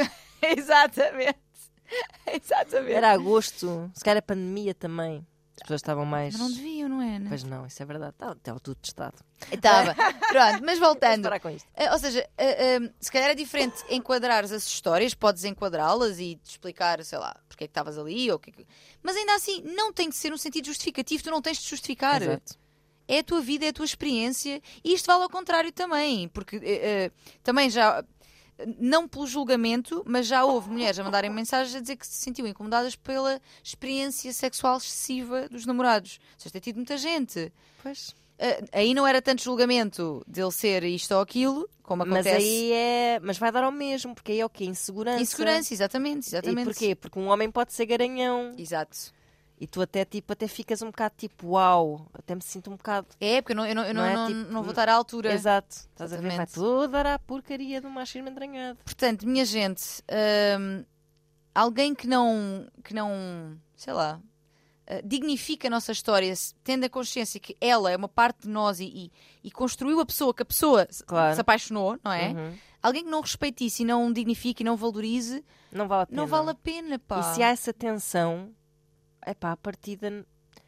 Exatamente. Exatamente. Era agosto. Se calhar a pandemia também. As pessoas estavam mais... Mas não deviam, não é? Né? Pois não, isso é verdade. Estava estava tudo testado. Estava. Pronto, mas Vamos voltando. parar com isto. Eh, Ou seja, eh, eh, se calhar é diferente enquadrares as histórias, podes enquadrá-las e te explicar, sei lá, porque é que estavas ali, ou o que é que... Mas ainda assim, não tem de ser um sentido justificativo, tu não tens de justificar. Exato. É a tua vida, é a tua experiência, e isto vale ao contrário também, porque eh, eh, também já, não pelo julgamento, mas já houve mulheres a mandarem mensagens a dizer que se sentiam incomodadas pela experiência sexual excessiva dos namorados. Ou seja, tem tido muita gente. Pois. Uh, aí não era tanto julgamento dele ser isto ou aquilo, como Mas acontece. aí é... Mas vai dar ao mesmo, porque aí é o quê? Insegurança. Insegurança, exatamente, exatamente. E porquê? Porque um homem pode ser garanhão. Exato. E tu até, tipo, até ficas um bocado tipo, uau, até me sinto um bocado... É, porque eu não, eu não, eu não, Não é, não, tipo, não vou estar à altura. Exato. Estás a ver? Vai Exatamente. tudo dar à porcaria do machismo entranhado. Portanto, minha gente, hum, alguém que não, que não, sei lá, uh, dignifica a nossa história, se- tendo a consciência que ela é uma parte de nós e, e, e construiu a pessoa, que a pessoa se- Claro. se apaixonou, não é? Uhum. Alguém que não respeite isso e não dignifique e não valorize, Não vale a pena. não vale a pena, pá. E se há essa tensão, é pá, a partida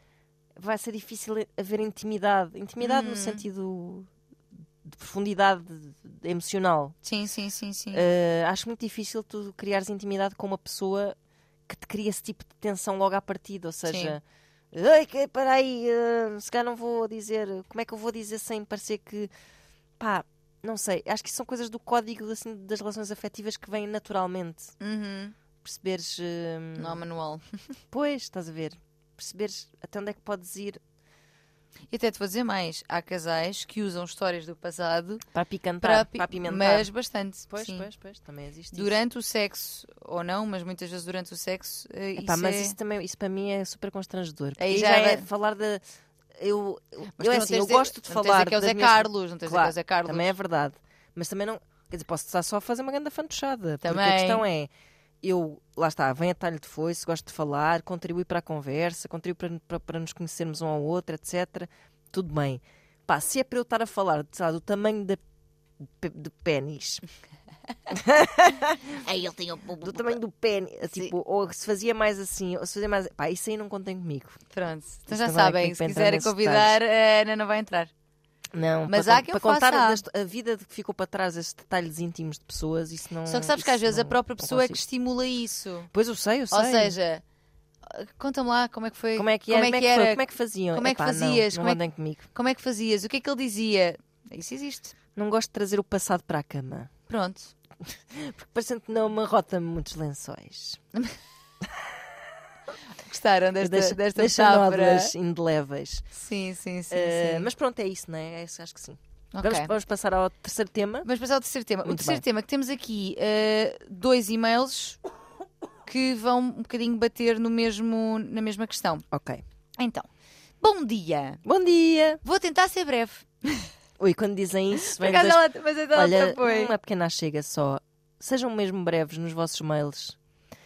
vai ser difícil haver intimidade. Intimidade no Hum. sentido de profundidade emocional. Sim, sim, sim, sim. Uh, acho muito difícil tu criares intimidade com uma pessoa que te cria esse tipo de tensão logo à partida. Ou seja, ai, que, para aí, uh, se calhar não vou dizer. Como é que eu vou dizer sem parecer que. Pá, não sei. Acho que isso são coisas do código assim, das relações afetivas que vêm naturalmente. Uhum. Perceberes. uh, Não há manual. Pois, estás a ver. Perceberes até onde é que podes ir E até te vou dizer mais, há casais que usam histórias do passado para picantar, para, para, pi- apimentar. mas bastante. Pois, sim. pois, pois, também existe Durante o sexo, ou não, mas muitas vezes durante o sexo, eh, isso. isso Epá, mas é... isso também, isso para mim é super constrangedor. Porque Aí aí já já vai- é falar de... Eu, Mas eu, tu é não assim, tens eu de- gosto de não tens falar dizer que é o das Zé minhas- Carlos, não tens de dizer que é o Claro, Zé Carlos. também é verdade. Mas também não... Quer dizer, posso estar só a fazer uma grande fantochada. Porque Também. a questão é... Eu, lá está, vem a talho de foice, gosto de falar, contribui para a conversa, contribui para, para, para nos conhecermos um ao outro, etcétera. Tudo bem. Pá, se é para eu estar a falar, sei lá, do tamanho da, do pênis, Aí ele tem o... do tamanho do pênis, Sim. tipo, ou se fazia mais assim, ou se fazia mais... Pá, isso aí não contem comigo. Pronto, então Isso já não vai sabem, comigo se para entrar quiserem nesses convidar, a Ana não vai entrar. Não, Mas para, há quem para o faça. contar das- a vida de que ficou para trás, esses detalhes íntimos de pessoas, isso não... Só que sabes que às isso vezes a não- própria não pessoa é que consigo. estimula isso. Pois eu sei, eu sei. Ou seja, conta-me lá como é que foi. Como é que era? Como é que, era? foi? Como é que faziam? Como é que Epá, fazias? Não, Como é não andem comigo. Como é que fazias? O que é que ele dizia? Isso existe. Não gosto de trazer o passado para a cama. Pronto. Porque parecendo que não me rota-me muitos lençóis. Gostaram desta, deixa desta deixa metáfora? nódoas indeléveis. Sim, sim, sim. Eh, sim. Mas pronto, é isso, não é? É isso, acho que sim. Ok. Vamos, vamos passar ao terceiro tema. Vamos passar ao terceiro tema. Muito o terceiro bem. tema que temos aqui, eh, dois e-mails que vão um bocadinho bater no mesmo, na mesma questão. Ok. Então, bom dia. Bom dia! Vou tentar ser breve. Ui, quando dizem isso, Por vem acaso das... ela, mas então ela Olha, propõe. uma pequena chega só. sejam mesmo breves nos vossos mails.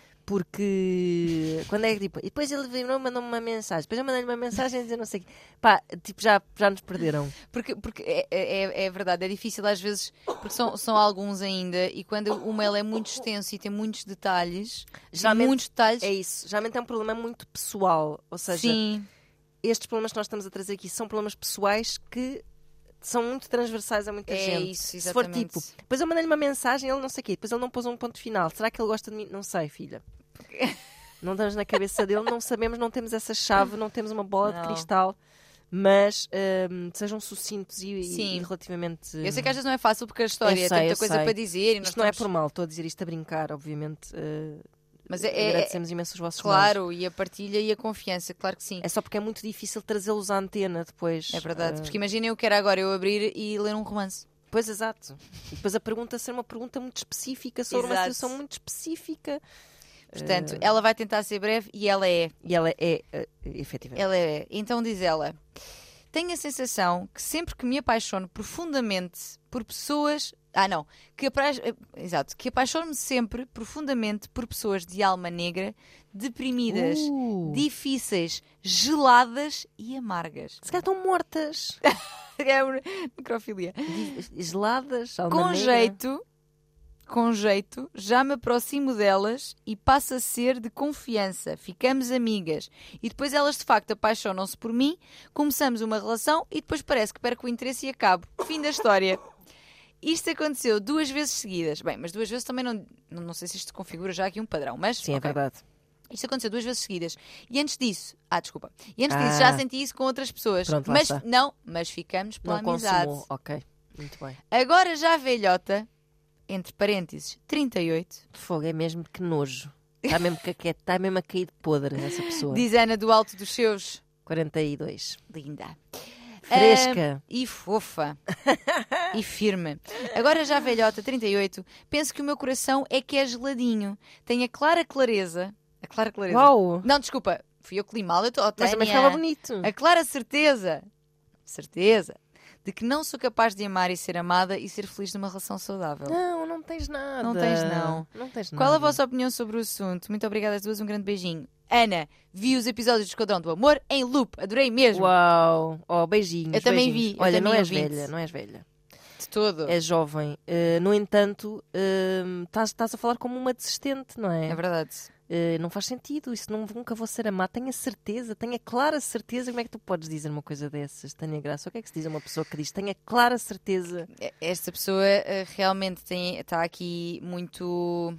Porque quando é que tipo, e depois ele veio e mandou-me uma mensagem, depois eu mandei-lhe uma mensagem a dizer não sei o quê. Pá, tipo, já, já nos perderam. Porque, porque é, é, é verdade, é difícil às vezes, porque são, são alguns ainda, e quando o mail é muito extenso e tem muitos detalhes, Geralmente muitos detalhes. É isso, geralmente é um problema muito pessoal. Ou seja, Sim. estes problemas que nós estamos a trazer aqui são problemas pessoais que são muito transversais a muita É gente. isso, Se for exatamente. tipo, depois eu mandei-lhe uma mensagem, ele não sei o quê, depois ele não pôs um ponto final. Será que ele gosta de mim? Não sei, filha. Não estamos na cabeça dele, não sabemos, não temos essa chave, não temos uma bola Não. de cristal, mas hum, sejam sucintos e, Sim. e relativamente. Eu sei que às vezes não é fácil porque a história Eu sei, tem muita eu coisa sei. para dizer. E nós Isto não é estamos- por mal, estou a dizer isto a brincar, obviamente. uh, Mas é, é- agradecemos imenso os vossos mails. claro, e a partilha e a confiança, claro que sim. É só porque é muito difícil trazê-los à antena depois. É verdade, Uh, porque imaginem eu quero agora eu abrir e ler um romance. Pois, exato. E depois a pergunta ser uma pergunta muito específica sobre uma Exato. situação muito específica. Portanto, Uh, ela vai tentar ser breve e ela é. E ela é, uh, efetivamente. Ela é. Então diz ela: tenho a sensação que sempre que me apaixono profundamente por pessoas. Ah, não. Que apa... Exato. Que apaixono-me sempre profundamente por pessoas de alma negra, deprimidas, Uh, difíceis, geladas e amargas. Se calhar estão mortas. É uma necrofilia. Di- Geladas. alma Com negra. jeito, com jeito, já me aproximo delas e passa a ser de confiança. Ficamos amigas. E depois elas de facto apaixonam-se por mim, começamos uma relação e depois parece que perco o interesse e acabo. Fim da história. Isto aconteceu duas vezes seguidas. Bem, mas duas vezes também não, não, não sei se isto configura já aqui um padrão, mas Sim, é ok. verdade. Isto aconteceu duas vezes seguidas. E antes disso, ah, desculpa. E antes Ah. disso já senti isso com outras pessoas. Pronto, lá mas está. não, mas ficamos pela Não amizade. consumou. Ok, muito bem. Agora já velhota, entre parênteses, trinta e oito, Fogo, é mesmo que nojo. Está mesmo, que, que- está mesmo a cair de podre essa pessoa. diz Ana do alto dos seus. quarenta e dois. Linda. Fresca. Ah, e fofa. E firme. Agora já velhota, trinta e oito, penso que o meu coração é que é geladinho. Tem a clara clareza. A clara clareza. Uau! Não, desculpa. Fui eu que li mal. Eu tô, oh, Mas também Tânia. ficava bonito. A clara certeza. Certeza. De que não sou capaz de amar e ser amada e ser feliz numa relação saudável. Não, não tens nada. Não tens, não. Não tens nada. Qual a vossa opinião sobre o assunto? Muito obrigada às duas, um grande beijinho. Ana, vi os episódios do Esquadrão do Amor em loop, adorei mesmo. Uau! Oh, beijinhos. Eu também beijinhos. vi, eu Olha, também não és ouvi. velha, não és velha. De todo. És jovem. Uh, no entanto, uh, estás, estás a falar como uma desistente, não é? É verdade. Uh, não faz sentido. Isso não, nunca vou ser amada. Tenha certeza, tenha clara certeza. Como é que tu podes dizer uma coisa dessas, Tânia Graça? O que é que se diz a uma pessoa que diz tenha clara certeza? Esta pessoa uh, realmente tem, está aqui muito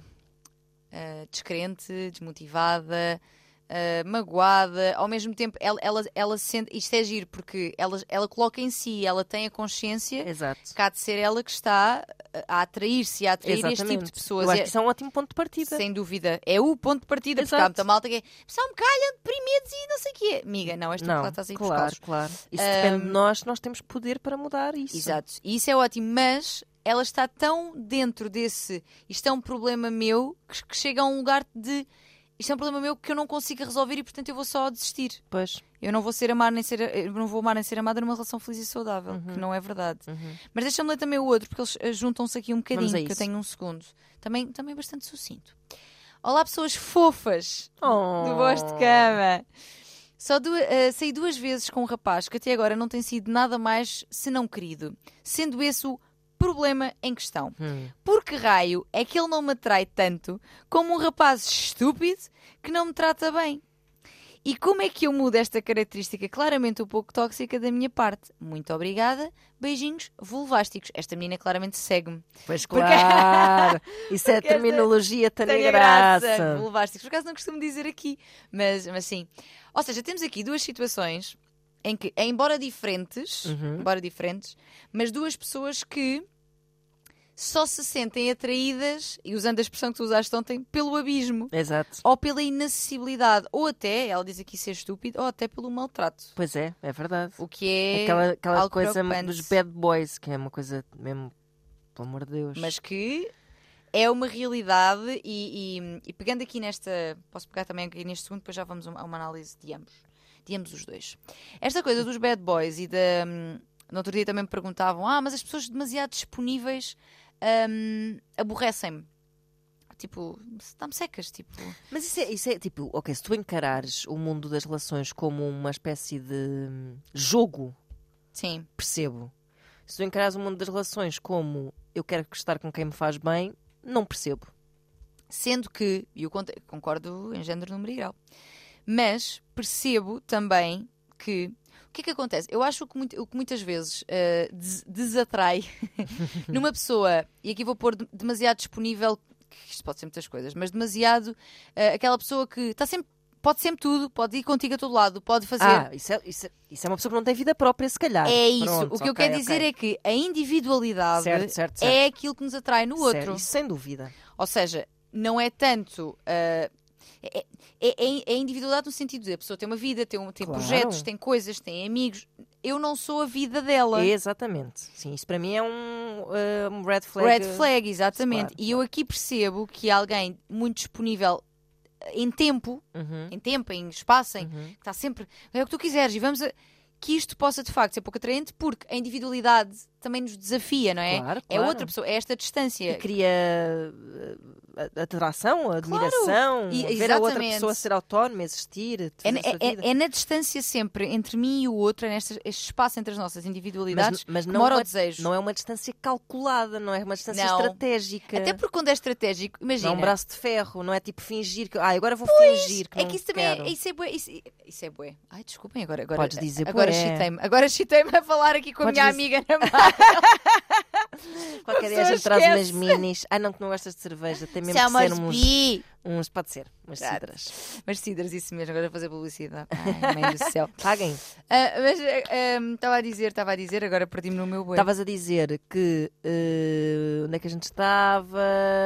uh, descrente, desmotivada, uh, magoada. Ao mesmo tempo, ela, ela, ela sente. Isto é giro, porque ela, ela coloca em si, ela tem a consciência Exato. que há de ser ela que está a atrair-se e a atrair este tipo Exatamente. de pessoas. Eu acho É- que isso é um ótimo ponto de partida. Sem dúvida. É o ponto de partida, porque há Exato. muita malta que é só me calham, deprimidos e não sei o quê. Amiga, não, és tu que Não, lá estás aí claro, buscá-los. claro. Isso Ahm, depende de nós, nós temos poder para mudar isso. Exato. E isso é ótimo, mas ela está tão dentro desse isto é um problema meu que, que chega a um lugar de isto é um problema meu que eu não consigo resolver e portanto eu vou só desistir. Pois. Eu não vou ser amar nem ser eu não vou amar nem ser amada numa relação feliz e saudável, Uhum. que não é verdade. Uhum. Mas deixa-me ler também o outro, porque eles eh, juntam-se aqui um bocadinho, Vamos a que eu isso. tenho um segundo. Também, também bastante sucinto. Olá, pessoas fofas Oh. do voz de cama. Só du- eh, saí duas vezes com um rapaz que até agora não tem sido nada mais senão querido, sendo esse o problema em questão. Hum. Por que raio é que ele não me atrai tanto como um rapaz estúpido que não me trata bem? E como é que eu mudo esta característica claramente um pouco tóxica da minha parte? Muito obrigada. Beijinhos vulvásticos. Esta menina claramente segue-me. Pois Porque- claro. Isso é Porque esta- terminologia Tânia Tenha Graça. Vulvásticos. Por acaso não costumo dizer aqui. Mas, mas sim. Ou seja, temos aqui duas situações em que, embora diferentes, Uhum. embora diferentes, mas duas pessoas que só se sentem atraídas, e usando a expressão que tu usaste ontem, pelo abismo. Exato. Ou pela inacessibilidade. Ou até, ela diz aqui ser estúpido, ou até pelo maltrato. Pois é, é verdade. O que é Aquela, aquela algo coisa preocupante. dos bad boys, que é uma coisa mesmo, pelo amor de Deus. Mas que é uma realidade e, e- e pegando aqui nesta... Posso pegar também aqui neste segundo, depois já vamos a uma análise de ambos. De ambos os dois. Esta coisa dos bad boys e da... hum, no outro dia também me perguntavam ah, mas as pessoas demasiado disponíveis hum, aborrecem-me. tipo, dá-me secas, tipo... Mas isso é, isso é tipo, ok, se tu encarares o mundo das relações como uma espécie de jogo, Sim. percebo. Se tu encarares o mundo das relações como eu quero estar com quem me faz bem, não percebo. Sendo que, e eu concordo em género, número e grau, mas percebo também que o que é que acontece? Eu acho que, muito, o que muitas vezes uh, des desatrai numa pessoa, e aqui vou pôr demasiado disponível, que isto pode ser muitas coisas, mas demasiado uh, aquela pessoa que está sempre, pode sempre tudo, pode ir contigo a todo lado, pode fazer. Ah, isso é, isso é, isso é uma pessoa que não tem vida própria, se calhar. É isso. Pronto, o que okay, eu quero dizer okay. é que a individualidade certo, certo, certo. é aquilo que nos atrai no outro. Certo, isso sem dúvida. Ou seja, não é tanto. Uh, É, é, é a individualidade no sentido de a pessoa tem uma vida, tem, um, tem claro. projetos, tem coisas, tem amigos. Eu não sou a vida dela. Exatamente. Sim, isso para mim é um, uh, um red flag. Red flag, exatamente. Claro, e eu aqui percebo que alguém muito disponível em tempo, uhum. em tempo, em espaço, em, uhum. que está sempre, é o que tu quiseres e vamos a, que isto possa de facto ser pouco atraente porque a individualidade também nos desafia, não é? Claro, é claro. outra pessoa, é esta distância. E cria uh, atração, admiração, claro. e, ver a outra pessoa ser autónoma, existir. É, é, é na distância sempre entre mim e o outro, é neste este espaço entre as nossas individualidades, mas, mas que não mora uma, o desejo. Não é uma distância calculada, não é uma distância não. estratégica. Até porque quando é estratégico, imagina. Não é um braço de ferro, não é tipo fingir que. Ah, agora vou pois, fingir que é não que isso também quero. é, isso é bué. Isso, isso é bué. Ai, desculpem, agora. agora Podes dizer Agora bué. chitei-me. Agora chitei-me a falar aqui com Podes a minha dizer... amiga na mão. Qualquer dia a gente traz umas minis. Ah, não, que não gostas de cerveja. Tem mesmo que ser uns, bi. uns. Pode ser, umas Exato. cidras. Mas cidras, isso mesmo. Agora fazer publicidade. Ai, mãe do céu. Paguem. Uh, mas estava uh, um, a dizer, estava a dizer, agora perdi-me no meu bué. Estavas a dizer que. Uh, onde é que a gente estava?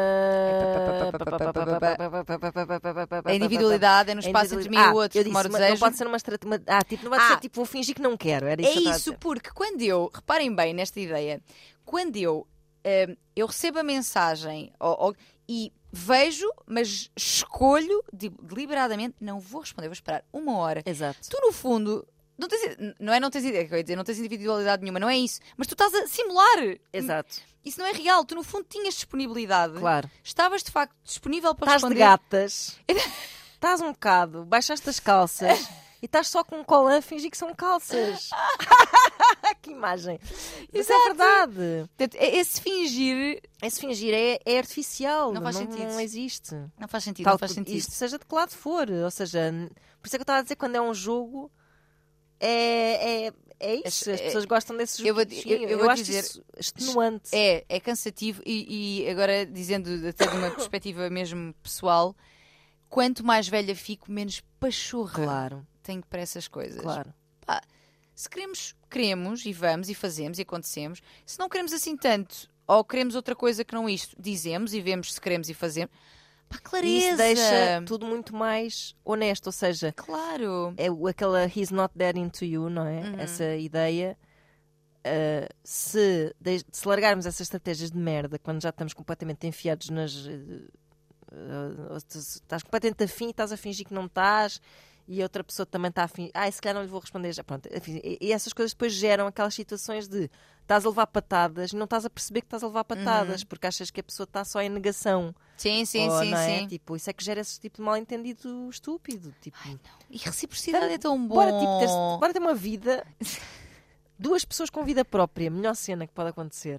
A individualidade é no espaço entre mim e o outro. Eu que disse, mora o mas desejo. não pode ser uma estratégia. Ah, tipo, não pode ah, ser tipo, vou fingir que não quero. Era isso é que eu isso, a porque quando eu. Reparem bem nesta ideia. Quando eu, uh, eu recebo a mensagem ou, ou, e vejo, mas escolho deliberadamente, não vou responder, vou esperar uma hora. Exato. Tu, no fundo. Não, tens, não é não tens ideia, que eu ia dizer, não tens individualidade nenhuma, não é isso. Mas tu estás a simular. Exato. Isso não é real. Tu, no fundo, tinhas disponibilidade. Claro. Estavas, de facto, disponível para estás responder. Estás de gatas. Estás um bocado, baixaste as calças e estás só com um colã a fingir que são calças. Que imagem. Isso é verdade. Esse fingir... Esse fingir é, é artificial. Não faz não, sentido. Não existe. Não faz sentido, Tal, não faz sentido. Isto seja de que lado for. Ou seja, por isso é que eu estava a dizer, quando é um jogo, é, é, é isso. As pessoas gostam desse jogo. Eu vou, eu, eu, eu vou acho dizer, isso extenuante. É, é cansativo e, e agora, dizendo até de uma perspectiva mesmo pessoal, quanto mais velha fico, menos pachorra claro. tenho para essas coisas. Claro. Pá, se queremos, queremos e vamos e fazemos e acontecemos. Se não queremos assim tanto, ou queremos outra coisa que não isto, dizemos e vemos se queremos e fazemos. Pá, clareza. E isso deixa tudo muito mais honesto, ou seja, claro. É aquela he's not that into you, não é? Uhum. Essa ideia. Uh, se, de, se largarmos essas estratégias de merda quando já estamos completamente enfiados nas. Uh, uh, estás completamente afim e estás a fingir que não estás. E a outra pessoa também está a fingir. Ah, se calhar não lhe vou responder já. Pronto, enfim, e, e essas coisas depois geram aquelas situações de estás a levar patadas e não estás a perceber que estás a levar patadas uhum. porque achas que a pessoa está só em negação. Sim, sim, Ou, sim, não é? sim. Tipo, isso é que gera esse tipo de mal-entendido estúpido. Tipo, ai, não. E reciprocidade então, é tão bom. Bora, tipo, ter, bora ter uma vida. Duas pessoas com vida própria. Melhor cena que pode acontecer.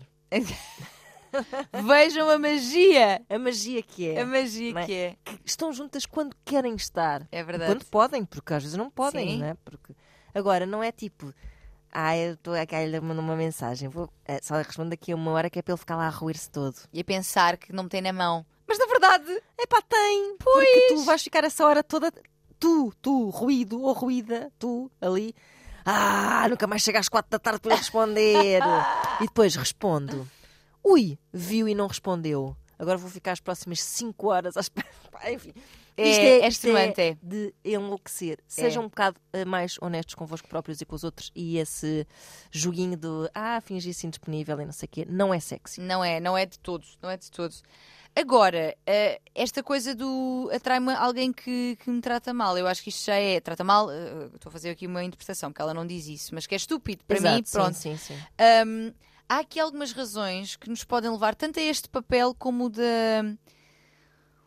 Vejam a magia. A magia que é. A magia é? que é. Que estão juntas quando querem estar. É verdade. Quando podem, porque às vezes não podem, sim. não é? Porque... Agora, não é tipo... Ah, eu estou aqui a lhe mandar uma mensagem. Vou... É, só respondo daqui a uma hora que é para ele ficar lá a roer-se todo. E a pensar que não me tem na mão. Mas na verdade... É pá, tem. Pois. Porque tu vais ficar essa hora toda... Tu, tu, ruído ou ruída, tu, ali... Ah, nunca mais chega às quatro da tarde para eu responder. E depois respondo. Ui, viu e não respondeu. Agora vou ficar as próximas cinco horas à espera. Enfim, é, isto é, é isto é é de enlouquecer. Sejam é. um bocado mais honestos convosco próprios e com os outros. E esse joguinho do ah, fingir-se indisponível e não sei o quê, não é sexy. Não é, não é de todos. Não é de todos. Agora, uh, esta coisa do atrai-me alguém que, que me trata mal, eu acho que isto já é, trata mal, uh, estou a fazer aqui uma interpretação, porque ela não diz isso, mas que é estúpido, para Exato, mim, pronto. Sim, sim, sim. Um, há aqui algumas razões que nos podem levar tanto a este papel como de...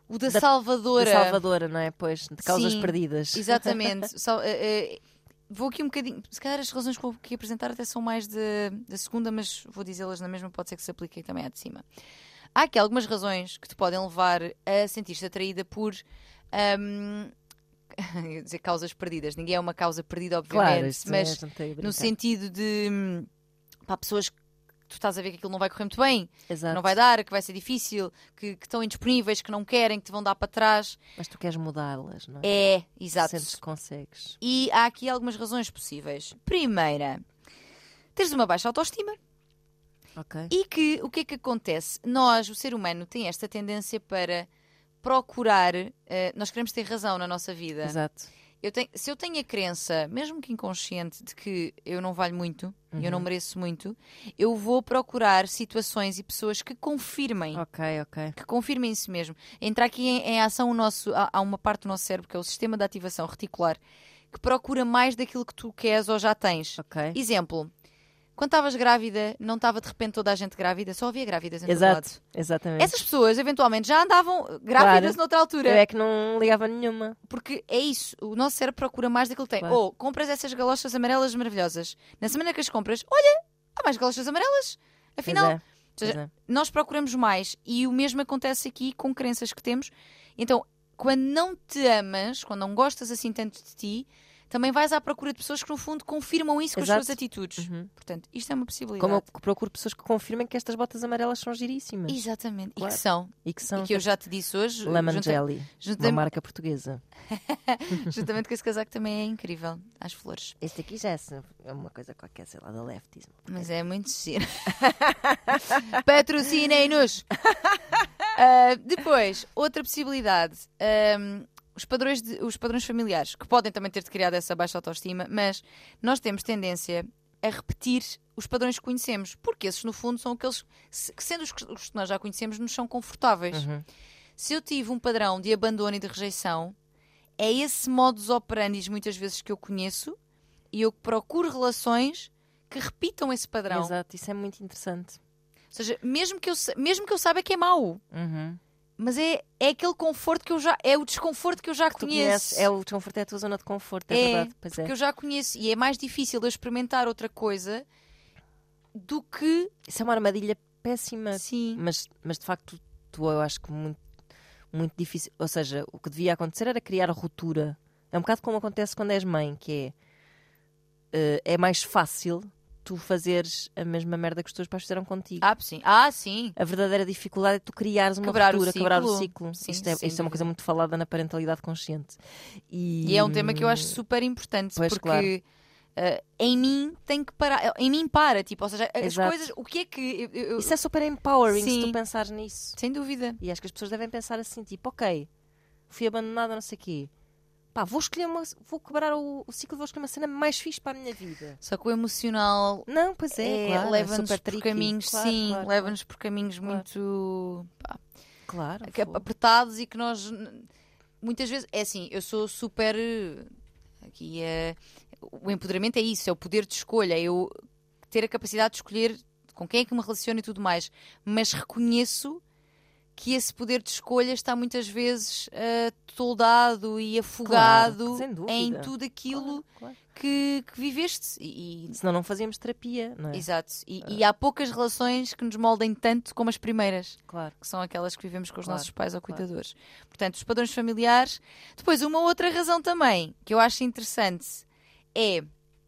o da, Da- Salvadora. Da Salvadora, não é? Pois, de causas Sim, perdidas. Exatamente. Só, eh, eh, vou aqui um bocadinho. Se calhar as razões que vou aqui apresentar até são mais de- da segunda, mas vou dizê-las na mesma, pode ser que se apliquem também à de cima. Há aqui algumas razões que te podem levar a sentir-te atraída por. ahm, eu ia dizer causas perdidas. Ninguém é uma causa perdida, obviamente, Claro, isto mas é, não tem a brincar. no sentido de. hum, Pá, pessoas que tu estás a ver que aquilo não vai correr muito bem, Exato. que não vai dar, que vai ser difícil, que, que estão indisponíveis, que não querem, que te vão dar para trás. Mas tu queres mudá-las, não é? É, exato. Sentes que consegues. E há aqui algumas razões possíveis. Primeira, teres uma baixa autoestima Ok. e que o que é que acontece? Nós, o ser humano, tem esta tendência para procurar. eh, nós queremos ter razão na nossa vida. Exato. Eu tenho, se eu tenho a crença, mesmo que inconsciente, de que eu não valho muito e eu não Uhum. mereço muito, eu vou procurar situações e pessoas que confirmem. Ok, ok. Que confirmem isso mesmo. Entra aqui em, em ação o nosso. Há, há uma parte do nosso cérebro que é o sistema de ativação reticular que procura mais daquilo que tu queres ou já tens. Ok. Exemplo, quando estavas grávida, não estava de repente toda a gente grávida, só havia grávidas em todo lado. Exato, exatamente. Essas pessoas, eventualmente, já andavam grávidas Claro. noutra altura. Eu é que não ligava nenhuma. Porque é isso, o nosso cérebro procura mais daquilo que tem. Claro. Ou compras essas galochas amarelas maravilhosas. Na semana que as compras, olha, há mais galochas amarelas. Afinal, Pois é, ou seja, pois é. nós procuramos mais. E o mesmo acontece aqui com crenças que temos. Então, quando não te amas, quando não gostas assim tanto de ti, também vais à procura de pessoas que, no fundo, confirmam isso com Exato. as suas atitudes. Uhum. Portanto, isto é uma possibilidade. Como eu procuro pessoas que confirmem que estas botas amarelas são giríssimas. Exatamente. Claro. E que são. E que são E que eu já te disse hoje. Lemon junta- Jelly, junta- uma marca portuguesa. Juntamente com esse casaco também é incrível. Às flores. Este aqui já é uma coisa qualquer, sei lá, da leftismo. Mas é muito giro. Patrocinem-nos! Ah, depois, outra possibilidade. ahm, os, padrões de- os padrões familiares, que podem também ter-te criado essa baixa autoestima, mas nós temos tendência a repetir os padrões que conhecemos, porque esses, no fundo, são aqueles se- que, sendo os que os que nós já conhecemos, nos são confortáveis. Uhum. Se eu tive um padrão de abandono e de rejeição, é esse modus operandi muitas vezes que eu conheço e eu procuro relações que repitam esse padrão. Exato, isso é muito interessante. Ou seja, mesmo que eu, sa- mesmo que eu saiba que é mau, Uhum. mas é, é aquele conforto que eu já. É o desconforto que eu já Que tu conheço. conheces, é o desconforto, é a tua zona de conforto, é, É, verdade. Pois é. Que eu já conheço. E é mais difícil eu experimentar outra coisa do que. Isso é uma armadilha péssima. Sim. Mas, mas de facto, tu eu acho que muito, muito difícil. Ou seja, o que devia acontecer era criar ruptura. É um bocado como acontece quando és mãe, que é, eh, é mais fácil tu fazeres a mesma merda que os teus pais fizeram contigo. Ah, sim. Ah, sim. A verdadeira dificuldade é tu criares uma Quebrar o ruptura, quebrar o ciclo. ciclo. Sim, isto é, sem isto é uma coisa dúvida. muito falada na parentalidade consciente. E, E é um tema que eu acho super importante. Pois, porque claro. eh, em mim tem que parar. Em mim para. Tipo, ou seja, as Exato. coisas. O que é que. eu- eu- eu- Isso é super empowering se Sim. tu pensares nisso. Sem dúvida. E acho que as pessoas devem pensar assim, tipo, ok, fui abandonada, não sei o quê. Pá, vou escolher uma, vou quebrar o, o ciclo, vou escolher uma cena mais fixe para a minha vida. Só que o emocional Não, pois é, é, claro, leva-nos super por tricky. caminhos, Claro, sim, claro, leva-nos por caminhos Claro. muito pá, Claro, que- fogo. apertados e que nós n- muitas vezes é assim, eu sou super eh, aqui é, o empoderamento é isso, é o poder de escolha, é eu ter a capacidade de escolher com quem é que me relaciono e tudo mais, mas reconheço que esse poder de escolha está muitas vezes eh, toldado e afogado sem dúvida. em tudo aquilo Claro, claro. que, que viveste e, e- Senão não fazíamos terapia, não é? exato, e, e há poucas relações que nos moldem tanto como as primeiras, Claro. que são aquelas que vivemos com os Claro, nossos pais ou claro. cuidadores. Portanto, os padrões familiares. Depois, uma outra razão também que eu acho interessante é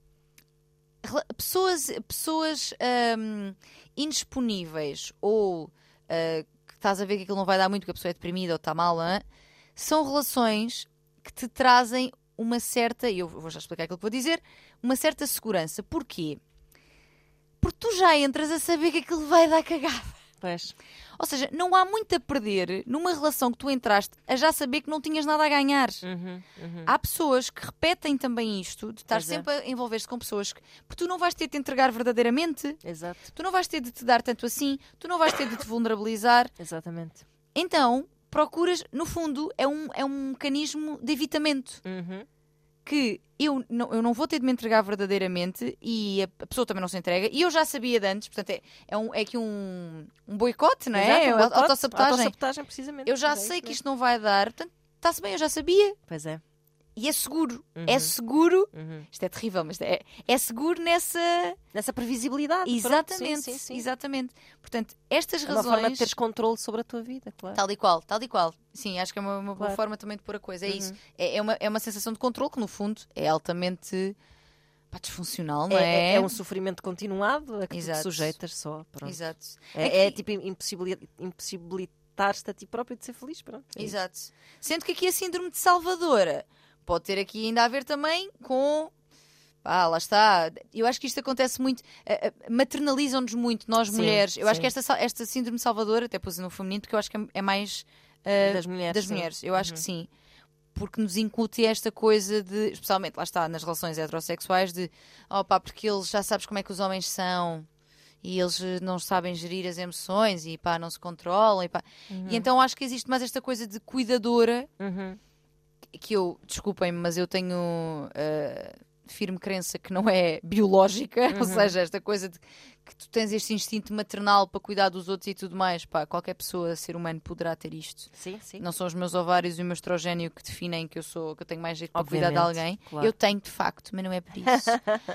rela- pessoas, pessoas hum, indisponíveis ou ah, que estás a ver que aquilo não vai dar muito, que a pessoa é deprimida ou está mal, hã? São relações que te trazem uma certa, e eu vou já explicar aquilo que vou dizer, uma certa segurança. Porquê? Porque tu já entras a saber que aquilo vai dar cagada. Pois. Ou seja, não há muito a perder numa relação que tu entraste a já saber que não tinhas nada a ganhar. Uhum, uhum. Há pessoas que repetem também isto, de estar Pois é. sempre a envolver-se com pessoas que... Porque tu não vais ter de te entregar verdadeiramente, Exato, tu não vais ter de te dar tanto assim, tu não vais ter de te vulnerabilizar. exatamente. Então, procuras, no fundo, é um, é um mecanismo de evitamento. Uhum. que eu não, eu não vou ter de me entregar verdadeiramente e a, a pessoa também não se entrega. E eu já sabia de antes, portanto é, é, um, é aqui um, um boicote, não é? Exato, um boicote, Autossabotagem. autossabotagem, precisamente. Eu já É sei isso que mesmo. isto não vai dar, portanto está-se bem, eu já sabia. Pois é. E é seguro. Uhum. É seguro. Uhum. Isto é terrível, mas é, é seguro nessa... Nessa previsibilidade. Exatamente, Pronto, sim, sim, sim. exatamente. Portanto, estas É uma razões... forma de teres controle sobre a tua vida, claro. Tal e qual, tal e qual. Sim, acho que é uma, uma boa Claro. forma também de pôr a coisa. É Uhum. isso. É, é, uma, é uma sensação de controle que, no fundo, é altamente pá, disfuncional, não É, é? é, é um sofrimento continuado a que tu te Exato. sujeitas só. Pronto. Exato. É, É é que- tipo impossibili- impossibilitar-te a ti próprio de ser feliz. Pronto. É isso. Exato. Sendo que aqui a síndrome de Salvadora pode ter aqui ainda a ver também com... Ah, lá está. Eu acho que isto acontece muito. eh, eh, Maternalizam-nos muito, nós Sim, mulheres. Eu acho sim. que esta, sa- esta síndrome de Salvador, até pus no feminino, porque eu acho que é, é mais eh, Das mulheres. das sim. mulheres. Eu acho Uhum. que sim. Porque nos incute esta coisa de, especialmente, lá está, nas relações heterossexuais, de oh pá, porque eles já sabes como é que os homens são e eles eh, não sabem gerir as emoções e pá, não se controlam. E, pá. Uhum. E então acho que existe mais esta coisa de cuidadora Uhum. que eu, desculpem-me, mas eu tenho eh, firme crença que não é biológica, ou Uhum. seja, esta coisa de que tu tens este instinto maternal para cuidar dos outros e tudo mais, pá, qualquer pessoa, ser humano, poderá ter isto. Sim, sim. Não são os meus ovários e o meu estrogénio que definem que eu sou, que eu tenho mais jeito para cuidar de Obviamente, alguém. claro. Eu tenho, de facto, mas não é por isso.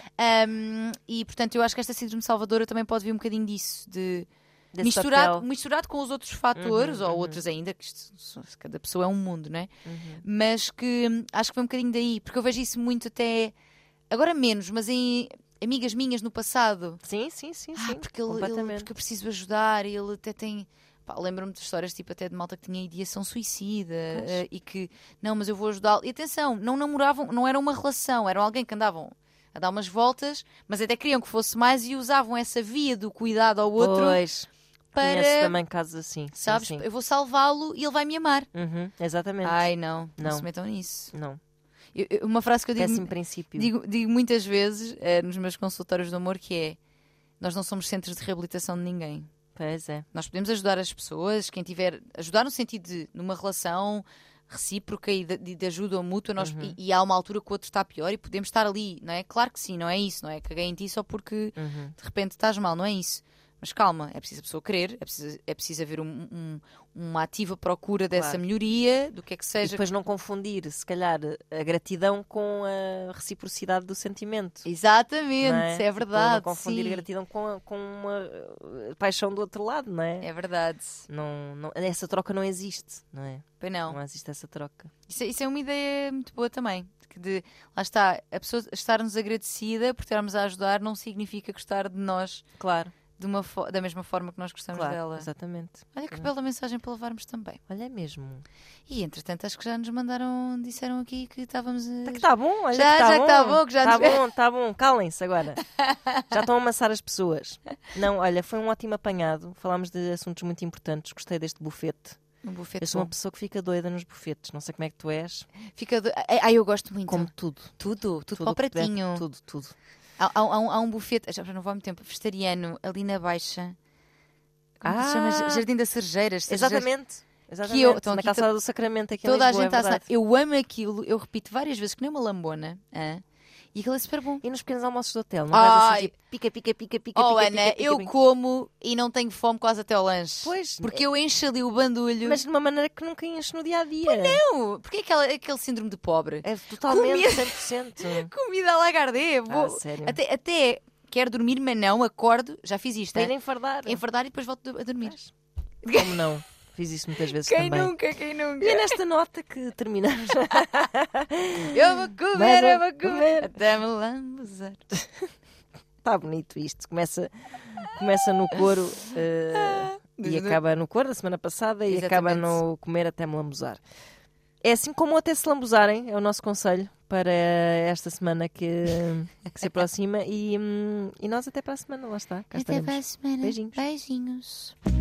Um, e, portanto, eu acho que esta síndrome salvadora também pode vir um bocadinho disso, de Desse misturado, papel. misturado com os outros fatores, Uhum, ou uhum. outros ainda, que isto, cada pessoa é um mundo, não é? Uhum. Mas que hum, acho que foi um bocadinho daí, porque eu vejo isso muito até, agora menos, mas em amigas minhas no passado. Sim, sim, sim, Ah, sim. porque, ele, ele- completamente. porque eu preciso ajudar, e ele até tem... pá, lembro-me de histórias tipo até de malta que tinha ideação suicida Pois. eh, e que, não, mas eu vou ajudá-lo. E atenção, não namoravam, não era uma relação, eram alguém que andavam a dar umas voltas, mas até queriam que fosse mais e usavam essa via do cuidado ao outro Pois. Conheço para, também casos assim. Sim, sabes, sim. eu vou salvá-lo e ele vai me amar. Uhum, exatamente. Ai, não, não, Não. se metam nisso. Não. Eu- eu- uma frase que eu digo, Péssimo princípio. digo, digo muitas vezes eh, nos meus consultórios de amor, que é: nós não somos centros de reabilitação de ninguém. Pois é. Nós podemos ajudar as pessoas, quem tiver, ajudar no sentido de, numa relação recíproca e de, de- de ajuda mútua, nós, Uhum. e, e há uma altura que o outro está pior e podemos estar ali, não é? Claro que sim, não é isso, não é? Caguei em ti só porque Uhum. de repente estás mal, não é isso. Mas calma, é preciso a pessoa querer, é preciso, é preciso haver um- um- uma ativa procura dessa Claro. melhoria, do que é que E seja. depois não confundir, se calhar, a gratidão com a reciprocidade do sentimento. Exatamente, Não é, é? Tipo, verdade. não confundir sim. gratidão com, a- com uma uh, paixão do outro lado, não é? É verdade. Não, não- essa troca não existe, não é? Pois não. Não existe essa troca. Isso, é- isso é uma ideia muito boa também. que De, lá está, a pessoa estar-nos agradecida por estarmos a ajudar não significa gostar de nós Claro, de uma fo- da mesma forma que nós gostamos claro, dela. exatamente. Olha que Uhum. bela mensagem para levarmos também. Olha, é mesmo. E entretanto, acho que já nos mandaram, disseram aqui que estávamos a. Tá que está bom, olha Já- que tá já que bom. tá bom, que já Tá nos- bom, tá bom. Calem-se agora. Já estão a amassar as pessoas. Não, olha, foi um ótimo apanhado. Falámos de assuntos muito importantes. Gostei deste bufete. Um bufete Eu sou uma bom. pessoa que fica doida nos bufetes. Não sei como é que tu és. Fica do... Ai, ai, eu gosto muito. Como tudo. Tudo, tudo, Tudo para o que puder, pratinho. Tudo, tudo. Há, há- há um, há um bufete, já não vou há muito tempo, vegetariano, ali na Baixa. Como que se chama? Ah! Jardim das Cerejeiras. Exatamente. Exatamente. eu- então Na aqui calçada do Sacramento, aqui em Toda a Lisboa, gente está é a verdade. Eu amo aquilo, eu repito várias vezes que nem uma lambona. hã? E aquilo é super bom. E nos pequenos almoços do hotel, não Ai. vais assim, tipo, pica, pica, pica, pica, Oh, pica, Ana, pica, pica, eu pica. como e não tenho fome quase até ao lanche. Pois, Porque eu encho ali o bandulho. mas de uma maneira que nunca enche no dia-a-dia. não, porque é aquela, aquele síndrome de pobre. É totalmente, Comida. cem por cento. Comida à lagardé. Ah, Vou... sério. até, até quero dormir, mas não, acordo, já fiz isto. Para hein? ir enfardar. Enfardar e depois volto a dormir. Como não? Fiz isso muitas vezes Quem também. nunca, quem nunca? E é nesta nota que terminamos. Eu vou comer, Mas eu eu vou vou comer. comer. Até me lambuzar. Está bonito isto. Começa, começa no coro eh, e acaba no coro da semana passada e acaba Exatamente. no comer até me lambuzar. É assim como até se lambuzarem, é o nosso conselho para esta semana que, que se aproxima. E, hum, e nós até para a semana, lá está. Cá Até estaremos. para a semana. Beijinhos. Beijinhos.